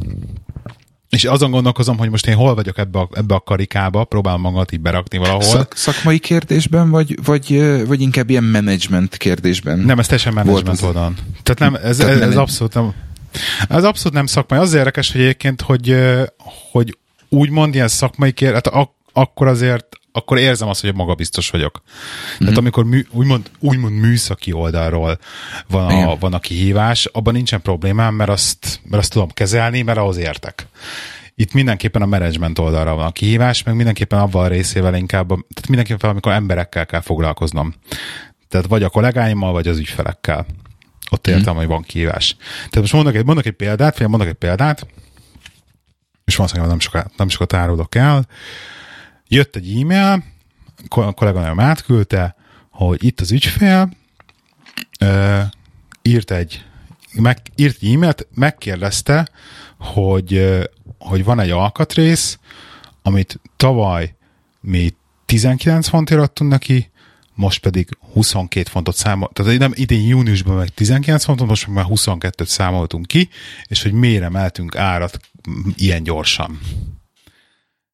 és azon gondolkozom, hogy most én hol vagyok ebbe a, ebbe a karikába, próbálom magamat így berakni valahol. Szak, szakmai kérdésben, vagy, vagy, vagy inkább ilyen management kérdésben? Nem, ez teljesen management oldalon. Tehát nem, ez, ez, ez abszolút nem... Ez abszolút nem szakmai. Az érdekes, hogy egyébként, hogy, hogy úgymond ilyen szakmai kér, hát ak- akkor azért, akkor érzem azt, hogy magabiztos vagyok. Mm-hmm. Tehát amikor mű, úgymond, úgymond műszaki oldalról van a, van a kihívás, abban nincsen problémám, mert azt, mert azt tudom kezelni, mert ahhoz értek. Itt mindenképpen a management oldalra van a kihívás, meg mindenképpen abban a részével inkább, tehát mindenképpen amikor emberekkel kell foglalkoznom. Tehát vagy a kollégáimmal, vagy az ügyfelekkel. Ott értem, mm. hogy van kihívás. Tehát most mondok egy, mondok egy példát, vagy mondok egy példát, és valószínűleg nem sokat, nem sokat árulok el. Jött egy e-mail, a kolléganőm átküldte, hogy itt az ügyfél, uh, írt egy, meg, írt egy e-mailt, megkérdezte, hogy, uh, hogy van egy alkatrész, amit tavaly mi tizenkilenc fontért adtunk neki, most pedig huszonkét fontot számolt, tehát nem idén júniusban meg tizenkilenc fontot, most meg már huszonkettőt számoltunk ki, és hogy miért emeltünk árat ilyen gyorsan.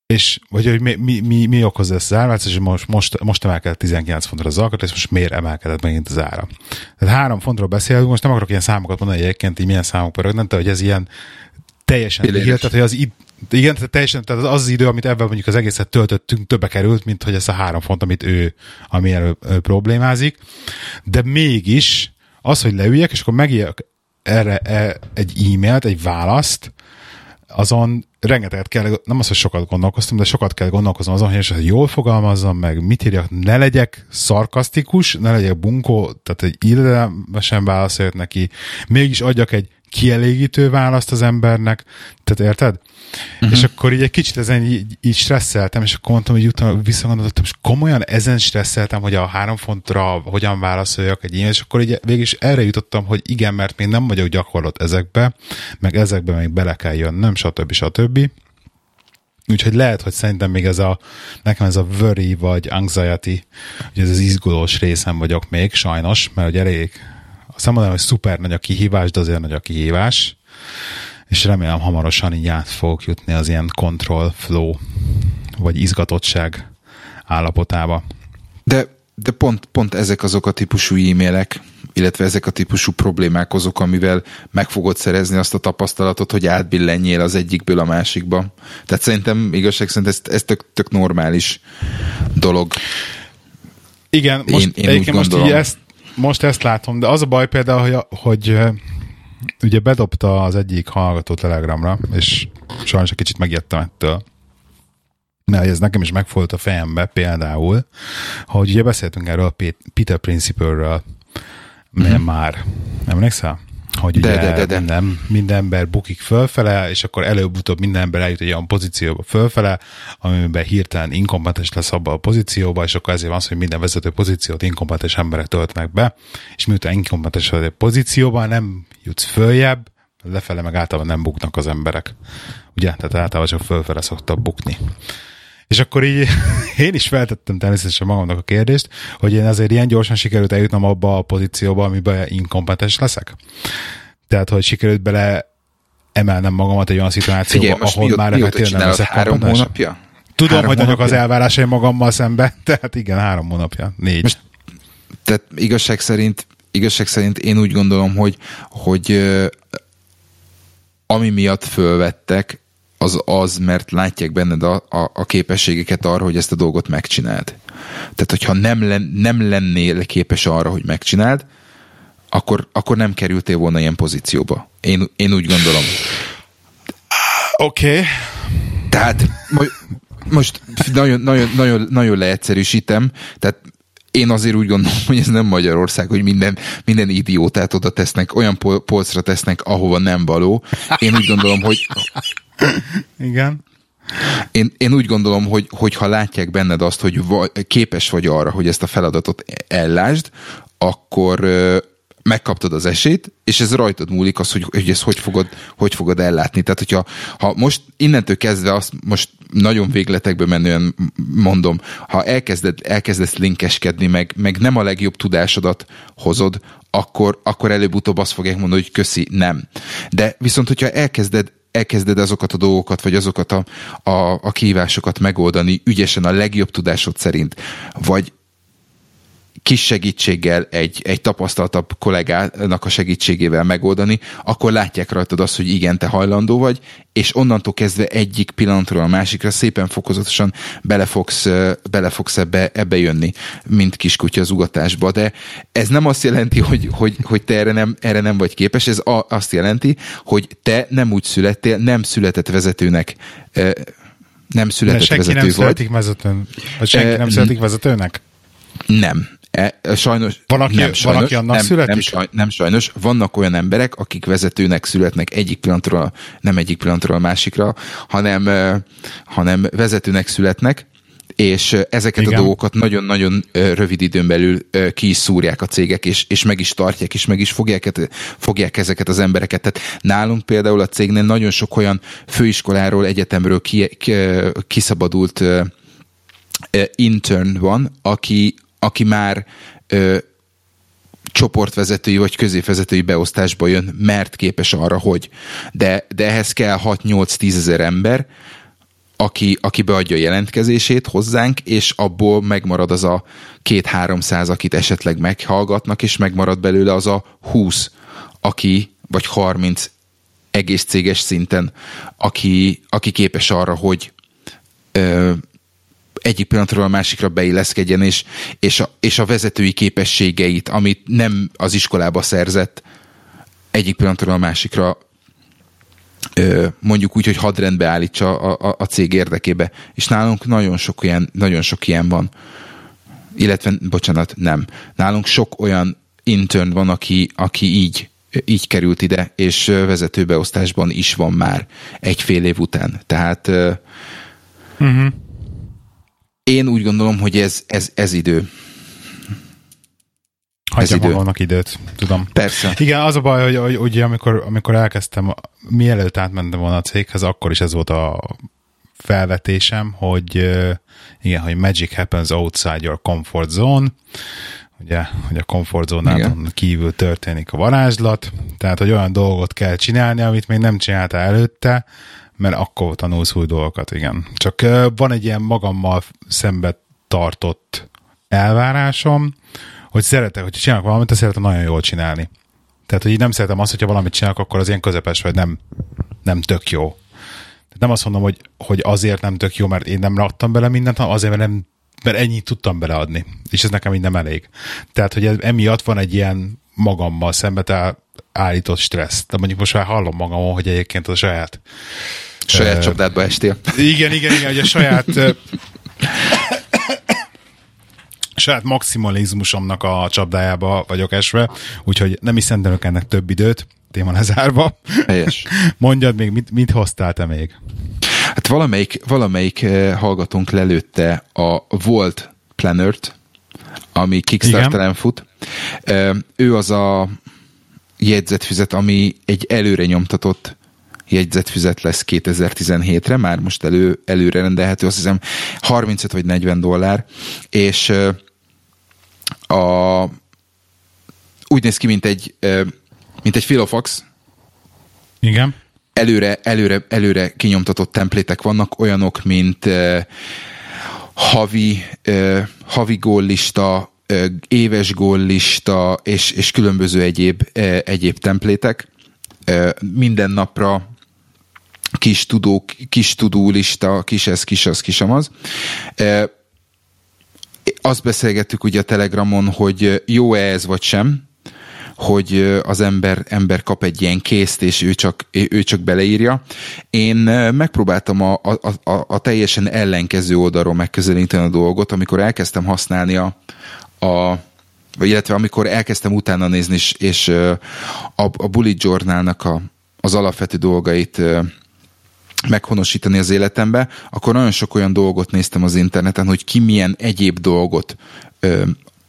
és vagy hogy mi, mi, mi, mi okozza ezt az árváltozást, és most, most, most emelkedett tizenkilenc fontra az alkatrész, most miért emelkedett megint az ára? Tehát három fontról beszélünk, most nem akarok ilyen számokat mondani, hogy egyébként így milyen számok pörögnek, de hogy ez ilyen teljesen igény, tehát hogy az id- igen, tehát teljesen, tehát az az idő, amit ebben mondjuk az egészet töltöttünk, többe került, mint hogy ez a három font, amit ő, ami elő problémázik, de mégis az, hogy leüljek, és akkor megírjak erre egy e-mailt, egy választ, azon rengeteget kell, nem az, hogy sokat gondolkoztam, de sokat kell gondolkoznom azon, hogy jól fogalmazzam meg, mit írjak, ne legyek szarkasztikus, ne legyek bunkó, tehát egy illedelmesen válaszoljak neki, mégis adjak egy kielégítő választ az embernek, tehát érted? Uh-huh. És akkor így egy kicsit ezen így, így stresszeltem, és akkor mondtam, hogy utána visszagondoltam, és komolyan ezen stresszeltem, hogy a három fontra hogyan válaszoljak egy e-mail, és akkor így végig is erre jutottam, hogy igen, mert még nem vagyok gyakorlott ezekbe, meg ezekbe még bele kell jönnöm, stb. stb. Úgyhogy lehet, hogy szerintem még ez a, nekem ez a worry vagy anxiety, hogy ez az izgulós részem vagyok még, sajnos, mert hogy elég, azt mondanám, hogy szuper nagy a kihívás, de azért nagy a kihívás, és remélem hamarosan így át fogok jutni az ilyen control flow, vagy izgatottság állapotába. De, de pont, pont ezek azok a típusú e-mailek, illetve ezek a típusú problémák azok, amivel meg fogod szerezni azt a tapasztalatot, hogy átbillenjél az egyikből a másikba. Tehát szerintem, igazság szerint ez, ez tök, tök normális dolog. Igen, most, én, én most, így ezt, most ezt látom, de az a baj például, hogy, hogy ugye bedobta az egyik hallgató Telegramra, és sajnos egy kicsit megijedtem ettől. Mert ez nekem is megfolyt a fejembe például, hogy ugye beszéltünk erről a Peter Principle-ről, mm-hmm. már emlékszel? Hogy de, ugye de, de, de. Minden, minden ember bukik fölfele, és akkor előbb-utóbb minden ember eljut egy olyan pozícióba fölfele, amiben hirtelen inkompetens lesz abban a pozícióba, és akkor ezért van az, hogy minden vezető pozíciót inkompetens emberek töltnek be, és miután inkompetens vagy a pozícióban nem jutsz följebb, lefele meg általában nem buknak az emberek. Ugye? Tehát általában csak fölfele szoktak bukni. És akkor így én is feltettem természetesen magamnak a kérdést, hogy én azért ilyen gyorsan sikerült eljutnom abba a pozícióba, amiben inkompetens leszek. Tehát, hogy sikerült bele emelnem magamat egy olyan szituációba, Figyelj, ahol mióta, már effektíven nem leszek három hónapja? Tudom, három hogy nagyok az elvárásai magammal szemben, tehát igen, három hónapja, négy. Most, tehát igazság szerint, igazság szerint én úgy gondolom, hogy, hogy ami miatt fölvettek, az az, mert látják benned a, a, a képességeket arra, hogy ezt a dolgot megcsináld. Tehát, hogyha nem, len, nem lennél képes arra, hogy megcsináld, akkor, akkor nem kerültél volna ilyen pozícióba. Én, én úgy gondolom. Oké. Okay. Tehát most nagyon, nagyon, nagyon, nagyon leegyszerűsítem, tehát én azért úgy gondolom, hogy ez nem Magyarország, hogy minden, minden idiótát oda tesznek, olyan pol- polcra tesznek, ahova nem való. Én úgy gondolom, hogy igen. Én, én úgy gondolom, hogy, hogy ha látják benned azt, hogy va- képes vagy arra, hogy ezt a feladatot ellásd, akkor ö, megkaptad az esélyt, és ez rajtad múlik az, hogy, hogy ezt hogy fogod, hogy fogod ellátni. Tehát, hogyha ha most innentől kezdve azt most nagyon végletekbe menően mondom, ha elkezded, elkezdesz linkeskedni, meg, meg nem a legjobb tudásodat hozod, akkor, akkor előbb-utóbb azt fogják mondani, hogy köszi, nem. De viszont, hogyha elkezded elkezded azokat a dolgokat, vagy azokat a, a, a kihívásokat megoldani ügyesen a legjobb tudásod szerint, vagy kis segítséggel, egy, egy tapasztaltabb kollégának a segítségével megoldani, akkor látják rajtad azt, hogy igen, te hajlandó vagy, és onnantól kezdve egyik pillanatról a másikra szépen fokozatosan bele fogsz, bele fogsz ebbe, ebbe jönni, mint kiskutya az ugatásba. De ez nem azt jelenti, hogy, hogy, hogy te erre nem, erre nem vagy képes, ez a, azt jelenti, hogy te nem úgy születtél, nem született vezetőnek, nem született senki vezető nem vagy. Születik vezetőn, vagy senki e, nem születik vezetőnek? Nem. E, sajnos, van, aki, nem, sajnos, van, aki annak nem, születik? Nem, saj, nem sajnos. Vannak olyan emberek, akik vezetőnek születnek egyik pillanatról, nem egyik pillanatról a másikra, hanem, hanem vezetőnek születnek, és ezeket Igen. a dolgokat nagyon-nagyon rövid időn belül ki is szúrják a cégek, és, és meg is tartják, és meg is fogják, fogják ezeket az embereket. Tehát nálunk például a cégnél nagyon sok olyan főiskoláról, egyetemről ki, ki, kiszabadult intern van, aki, aki már ö, csoportvezetői vagy középvezetői beosztásba jön, mert képes arra, hogy. De, de ehhez kell hat-nyolc-tízezer ember, aki, aki beadja a jelentkezését hozzánk, és abból megmarad az a két-háromszáz, akit esetleg meghallgatnak, és megmarad belőle az a húsz, aki, vagy harminc egész céges szinten, aki, aki képes arra, hogy ö, egyik pillanatról a másikra beilleszkedjen, és, és, a, és a vezetői képességeit, amit nem az iskolába szerzett, egyik pillanatról a másikra ö, mondjuk úgy, hogy hadrendbe állítsa a, a, a cég érdekébe. És nálunk nagyon sok ilyen, nagyon sok ilyen van. Illetve, bocsánat, nem. Nálunk sok olyan intern van, aki, aki így így került ide, és vezetőbeosztásban is van már egy fél év után. Tehát uh-huh. én úgy gondolom, hogy ez, ez, ez idő. Hagyja magamnak időt, tudom. Persze. Igen, az a baj, hogy, hogy ugye amikor, amikor elkezdtem, mielőtt átmentem volna a céghez, akkor is ez volt a felvetésem, hogy igen, hogy magic happens outside your comfort zone, ugye, hogy a komfortzónádon kívül történik a varázslat, tehát, hogy olyan dolgot kell csinálni, amit még nem csináltál előtte, mert akkor tanulsz új dolgokat, igen. Csak uh, van egy ilyen magammal szembe tartott elvárásom, hogy szeretek, hogy csinálok valamit, azt szeretem nagyon jól csinálni. Tehát, hogy így nem szeretem azt, hogyha valamit csinálok, akkor az ilyen közepes, vagy nem, nem tök jó. Tehát nem azt mondom, hogy, hogy azért nem tök jó, mert én nem raktam bele mindent, hanem azért, mert nem mert ennyit tudtam beleadni, és ez nekem így nem elég. Tehát, hogy emiatt van egy ilyen magammal szembe állított stressz. De mondjuk most már hallom magamon, hogy egyébként a saját... Saját uh, csapdádba estél. Igen, igen, igen, hogy a saját... uh, saját maximalizmusomnak a csapdájába vagyok esve, úgyhogy nem is szentelök ennek több időt, téma lezárva. Helyes. Mondjad még, mit, mit hoztál te még? Hát valamelyik, valamelyik hallgatónk lelőtte a Volt Planner-t, ami Kickstarteren fut. Ő az a jegyzetfüzet, ami egy előre nyomtatott jegyzetfüzet lesz kétezer-tizenhétre, már most elő, előre rendelhető, azt hiszem harmincöt vagy negyven dollár, és a, úgy néz ki, mint egy, mint egy Filofax. Igen. Előre, előre, előre kinyomtatott templétek vannak, olyanok, mint uh, havi, uh, havi góllista, uh, éves góllista, és, és különböző egyéb, uh, egyéb templétek. Uh, minden napra kis tudó, kis tudólista, kis ez, kis az, kis amaz. Uh, azt beszélgettük ugye a Telegramon, hogy jó-e ez vagy sem, hogy az ember, ember kap egy ilyen készt, és ő csak, ő csak beleírja. Én megpróbáltam a, a, a, a teljesen ellenkező oldalról megközelíteni a dolgot, amikor elkezdtem használni a, a vagy illetve amikor elkezdtem utána nézni, és, és a, a Bullet Journalnak a, az alapvető dolgait meghonosítani az életembe, akkor nagyon sok olyan dolgot néztem az interneten, hogy ki milyen egyéb dolgot ö,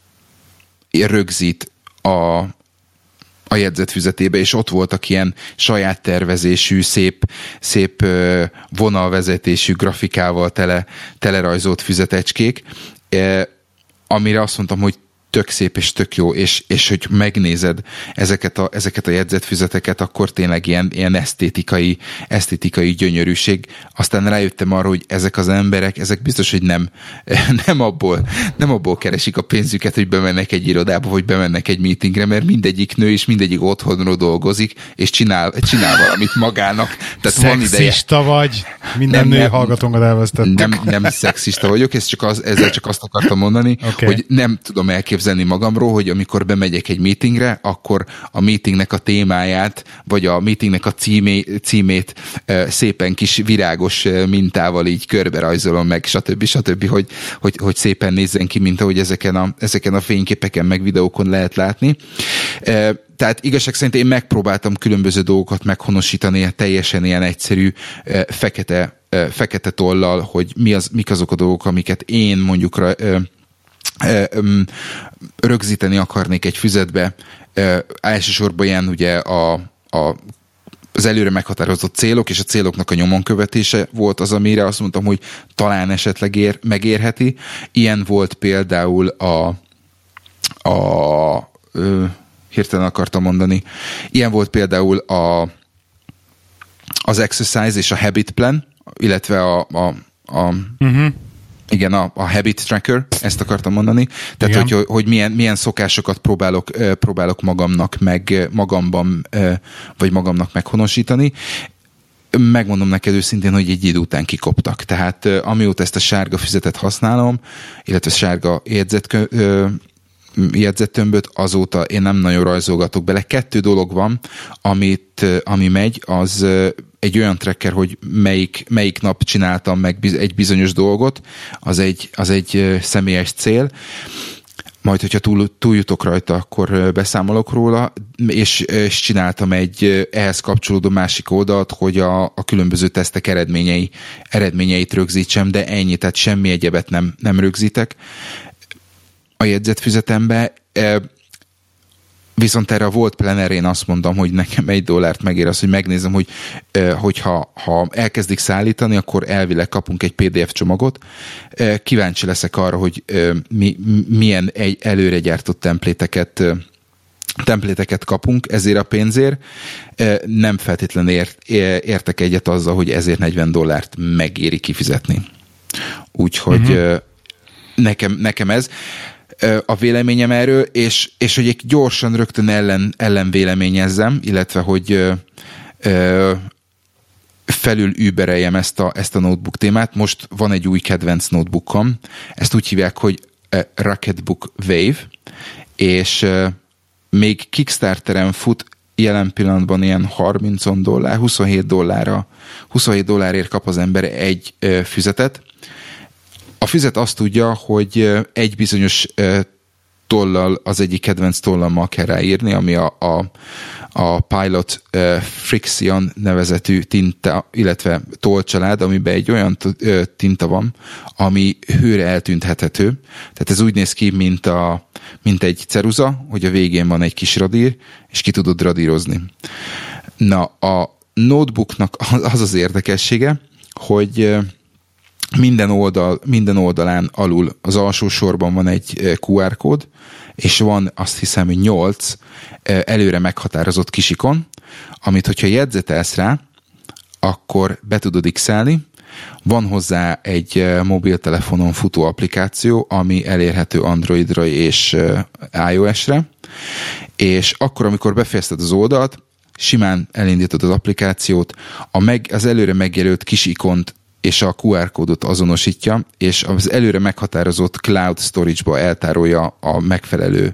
rögzít a a jegyzetfüzetébe, és ott voltak ilyen saját tervezésű, szép, szép vonalvezetésű grafikával tele, telerajzolt füzetecskék, amire azt mondtam, hogy tök szép és tök jó, és, és hogy megnézed ezeket a, ezeket a jegyzetfüzeteket, akkor tényleg ilyen, ilyen esztétikai, esztétikai gyönyörűség. Aztán rájöttem arra, hogy ezek az emberek, ezek biztos, hogy nem, nem, abból, nem abból keresik a pénzüket, hogy bemennek egy irodába, vagy bemennek egy meetingre, mert mindegyik nő és mindegyik otthonról dolgozik, és csinál, csinál valamit magának. Tehát szexista van ideje. Vagy? Minden nő hallgatónkat elvesztettük. Nem, nem szexista vagyok, ez csak az, ezzel csak azt akartam mondani, okay. hogy nem tudom elképzelni magamról, hogy amikor bemegyek egy meetingre, akkor a meetingnek a témáját, vagy a meetingnek a címé, címét e, szépen kis virágos mintával így körbe rajzolom meg, stb. stb., hogy, hogy, hogy szépen nézzen ki, mint ahogy ezeken a, ezeken a fényképeken, meg videókon lehet látni. E, tehát igazság szerint én megpróbáltam különböző dolgokat meghonosítani, teljesen ilyen egyszerű, e, fekete, e, fekete tollal, hogy mi az, mik azok a dolgok, amiket én mondjuk e, rögzíteni akarnék egy füzetbe. Elsősorban ilyen ugye a, a, az előre meghatározott célok, és a céloknak a nyomon követése volt az, amire azt mondtam, hogy talán esetleg ér, megérheti. Ilyen volt például a, a ö, hirtelen akartam mondani, ilyen volt például a, az exercise és a habit plan, illetve a, a, a uh-huh. igen, a, a habit tracker, ezt akartam mondani. Tehát, igen. hogy, hogy milyen, milyen szokásokat próbálok, próbálok magamnak meg, magamban, vagy magamnak meghonosítani. Megmondom neked őszintén, hogy egy idő után kikoptak. Tehát amióta ezt a sárga füzetet használom, illetve sárga jegyzet, jegyzettömböt, azóta én nem nagyon rajzolgatok bele. Kettő dolog van, amit, ami megy, az egy olyan tracker, hogy melyik, melyik nap csináltam meg egy bizonyos dolgot, az egy, az egy személyes cél. Majd, hogyha túl, túljutok rajta, akkor beszámolok róla, és, és csináltam egy ehhez kapcsolódó másik oldalt, hogy a, a különböző tesztek eredményei, eredményeit rögzítsem, de ennyi, tehát semmi egyebet nem, nem rögzítek a jegyzetfüzetembe. Viszont erre a Volt Planner én azt mondom, hogy nekem egy dollárt megér az, hogy megnézem, hogy hogyha ha elkezdik szállítani, akkor elvileg kapunk egy pé dé ef csomagot. Kíváncsi leszek arra, hogy mi, milyen egy előre gyártott templéteket templéteket kapunk ezért a pénzért. Nem feltétlenül ért, értek egyet azzal, hogy ezért negyven dollárt megéri kifizetni. Úgyhogy uh-huh. nekem, nekem ez a véleményem erről, és, és hogy egy gyorsan rögtön ellen, ellen véleményezzem, illetve hogy ö, ö, felül übereljem ezt a, ezt a notebook témát. Most van egy új kedvenc notebookom, ezt úgy hívják, hogy Rocketbook Wave, és ö, még Kickstarteren fut jelen pillanatban ilyen harminc dollár, huszonhét dollárra, huszonhét dollárért kap az ember egy ö, füzetet. A füzet azt tudja, hogy egy bizonyos tollal, az egyik kedvenc tollammal kell ráírni, ami a, a, a Pilot Frixion nevezetű tinta, illetve tollcsalád, amiben egy olyan tinta van, ami hőre eltűnthethető. Tehát ez úgy néz ki, mint, a, mint egy ceruza, hogy a végén van egy kis radír, és ki tudod radírozni. Na, a notebooknak az az érdekessége, hogy Minden, oldal, minden oldalán alul az alsó sorban van egy kú ár kód, és van azt hiszem, hogy nyolc előre meghatározott kisikon, amit hogyha jegyzetelsz rá, akkor be tudod x-elni. Van hozzá egy mobiltelefonon futó applikáció, ami elérhető Androidra és iOS-re, és akkor, amikor befejezted az oldalt, simán elindítod az applikációt, a meg, az előre megjelölt kis ikont és a kú ár kódot azonosítja, és az előre meghatározott cloud storage-ba eltárolja a megfelelő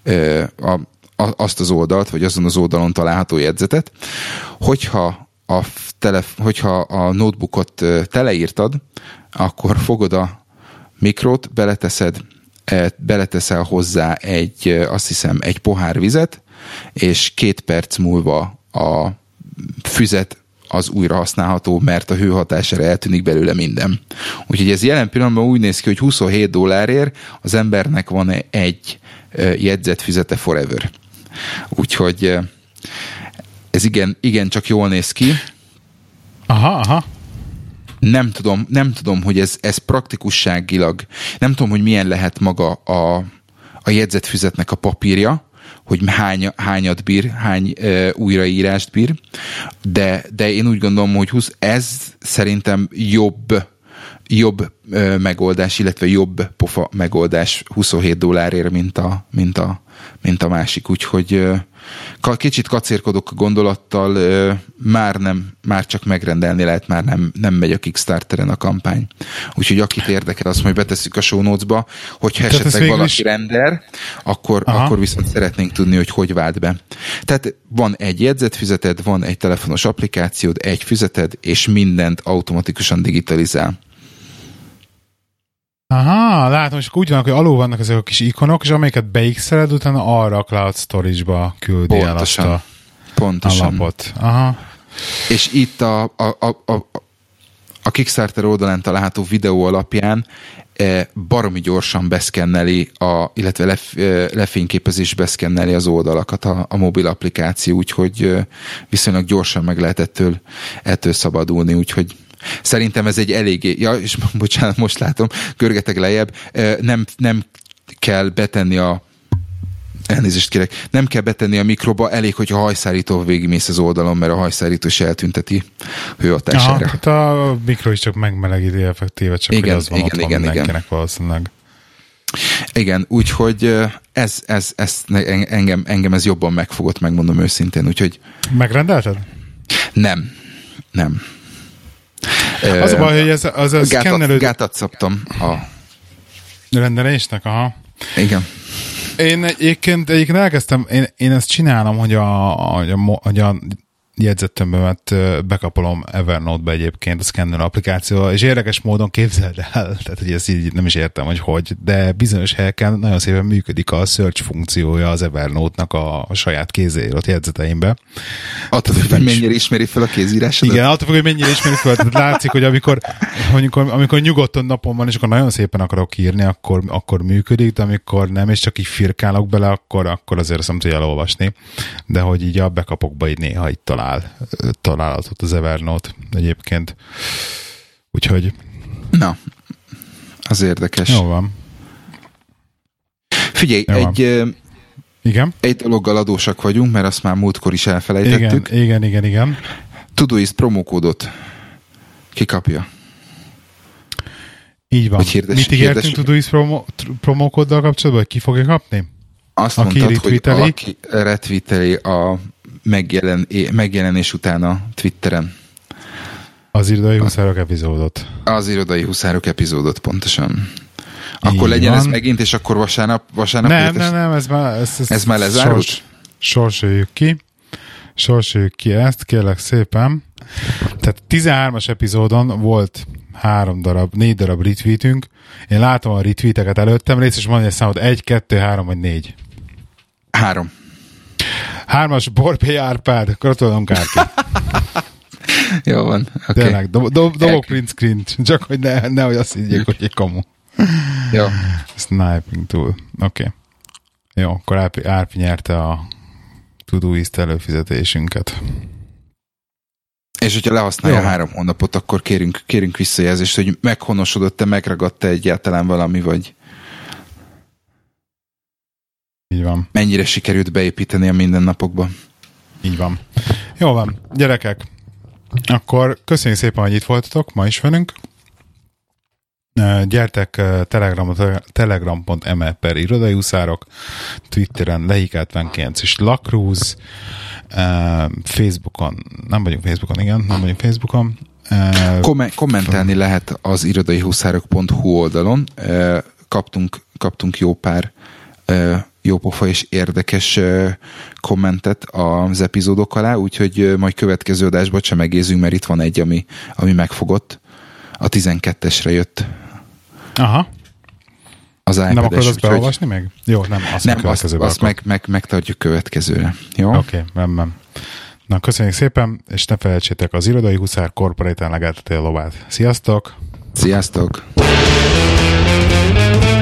a, a, azt az oldalt, vagy azon az oldalon található jegyzetet. Hogyha a, telef, hogyha a notebookot teleírtad, akkor fogod a mikrót, beleteszed, beleteszel hozzá egy, azt hiszem, egy pohár vizet, és két perc múlva a füzet az újra használható, mert a hő hatására eltűnik belőle minden. Úgyhogy ez jelen pillanatban úgy néz ki, hogy huszonhét dollárért az embernek van egy jegyzetfüzete forever. Úgyhogy ez igen, igen csak jól néz ki. Aha, aha. Nem tudom, nem tudom, hogy ez, ez praktikusságilag, nem tudom, hogy milyen lehet maga a, a jegyzetfüzetnek a papírja, hogy hány, hányat bír, hány e, újraírást bír, de, de én úgy gondolom, hogy húsz, ez szerintem jobb, jobb e, megoldás, illetve jobb pofa megoldás huszonhét dollárért, mint a, mint a, mint a másik. Úgyhogy e, kicsit kacérkodok a gondolattal, e, már nem, már csak megrendelni lehet, már nem, nem megy a Kickstarteren a kampány. Úgyhogy akit érdekel, azt majd betesszük a show notes-ba, hogyha tehát esetleg valaki is render, akkor, akkor viszont szeretnénk tudni, hogy hogy vált be. Tehát van egy jegyzetfüzeted, van egy telefonos applikációd, egy füzeted, és mindent automatikusan digitalizál. Aha, látom, és úgy vannak, hogy alul vannak ezek a kis ikonok, és amelyiket beixeled, utána arra a cloud storage-ba küldi el azt a, pontosan. a lapot. Aha. És itt a, a, a, a, a Kickstarter oldalán található videó alapján e, baromi gyorsan beszkenneli, a, illetve lef, e, lefényképezés beszkenneli az oldalakat a, a mobil applikáció, úgyhogy e, viszonylag gyorsan meg lehet ettől, ettől szabadulni, úgyhogy szerintem ez egy eléggé, ja, és bocsánat, most látom, görgetek lejjebb, nem, nem kell betenni a Elnézést kérek. Nem kell betenni a mikroba, elég, hogy a hajszárító végigmész az oldalon, mert a hajszárító is eltünteti hőhatására. Aha, hát a mikro is csak megmelegíti effektíve, csak igen, hogy az van igen, otthon igen, mindenkinek igen. valószínűleg. Igen, úgyhogy ez, ez, ez engem, engem ez jobban megfogott, megmondom őszintén, úgyhogy... Megrendelted? Nem, nem. Az a baj, hogy ez az a Gátat, szkennerő... gátat szabtam a... rendelésnek, aha. Igen. Én egyébként, egyébként elkezdtem, én, én ezt csinálom, hogy a, hogy a, hogy a jegyzettömbömet bekapolom Evernote-be egyébként a Scanner applikációval, és érdekes módon képzeld el, tehát hogy ezt így nem is értem, hogy hogy, de bizonyos helyeken nagyon szépen működik a search funkciója az Evernote-nak a, a saját kézírott jegyzeteimbe. Attól, hogy mennyire ismeri fel a kézírásodat? Igen, attól, hogy mennyire ismeri fel, tehát látszik, hogy amikor, amikor, amikor nyugodtan napon van, és akkor nagyon szépen akarok írni, akkor, akkor működik, de amikor nem, és csak így firkálok bele, akkor, akkor azért azt nem tudja elolvasni. De hogy így a backupokba így néha itt talál találatot az Evernote egyébként. Úgyhogy... Na, az érdekes. Jó van. Figyelj, Jó egy, van. Igen? egy dologgal adósak vagyunk, mert azt már múltkor is elfelejtettük. Igen, igen, igen, igen. Todoist promókódot kikapja. Így van. Hirdes, mit ígértünk hirdes... Todoist promo, promókóddal kapcsolatban, hogy ki fogja kapni? Azt aki mondtad, retweeteli? hogy aki retweeteli a megjelen, megjelenés után a Twitteren. Az irodai huszárok epizódot. Az irodai huszárok epizódot, pontosan. Akkor Így legyen van. ez megint, és akkor vasárnap... vasárnap Nem, értes... nem, nem, ez már... Ez, ez, ez már lezárult? Sors, sorsoljuk ki. Sorsoljuk ki ezt, kérlek szépen. Tehát tizenhármas epizódon volt három darab, négy darab retweetünk. Én látom a retweeteket előttem, légy és mondja egy számot, egy, kettő, három vagy négy. Három. Hármas, Borbély Árpád, gratulálom Kárki. Jó van, oké. Okay. Tényleg, dob, dob, dobok print screen, csak hogy ne, nehogy azt higgyék, hogy egy kamu. Jó. Sniping tool. Oké. Okay. Jó, akkor Árpi, Árpi nyerte a Todoist előfizetésünket. És hogyha lehasználja Jó. három hónapot, akkor kérünk, kérünk visszajelzést, hogy meghonosodott-e, megragadta egyáltalán valami, vagy Így van. mennyire sikerült beépíteni a mindennapokba. Így van. Jó van, gyerekek. Akkor köszönjük szépen, hogy itt voltatok ma is velünk. Gyertek telegram pont me per irodai huszárok, Twitteren Lehik hetvenkilenc és Lakrúz, Facebookon, nem vagyunk Facebookon, igen, nem vagyunk Facebookon. Kom- kommentelni lehet az irodai huszárok pont hu oldalon. Kaptunk, kaptunk jó pár jópofa és érdekes kommentet az epizódok alá, úgyhogy majd következő adásban sem megézünk, mert itt van egy, ami, ami megfogott. A tizenkettesre jött. Aha. Az iPad-es, nem akarod azt úgyhogy... beolvasni meg? Jó, nem, azt nem, azt, azt meg, meg, megtartjuk következőre. Jó? Oké, okay, nem, nem. Na, köszönjük szépen, és ne felejtsétek az irodai huszár Corporate-en legelteti a lovát. Sziasztok! Sziasztok!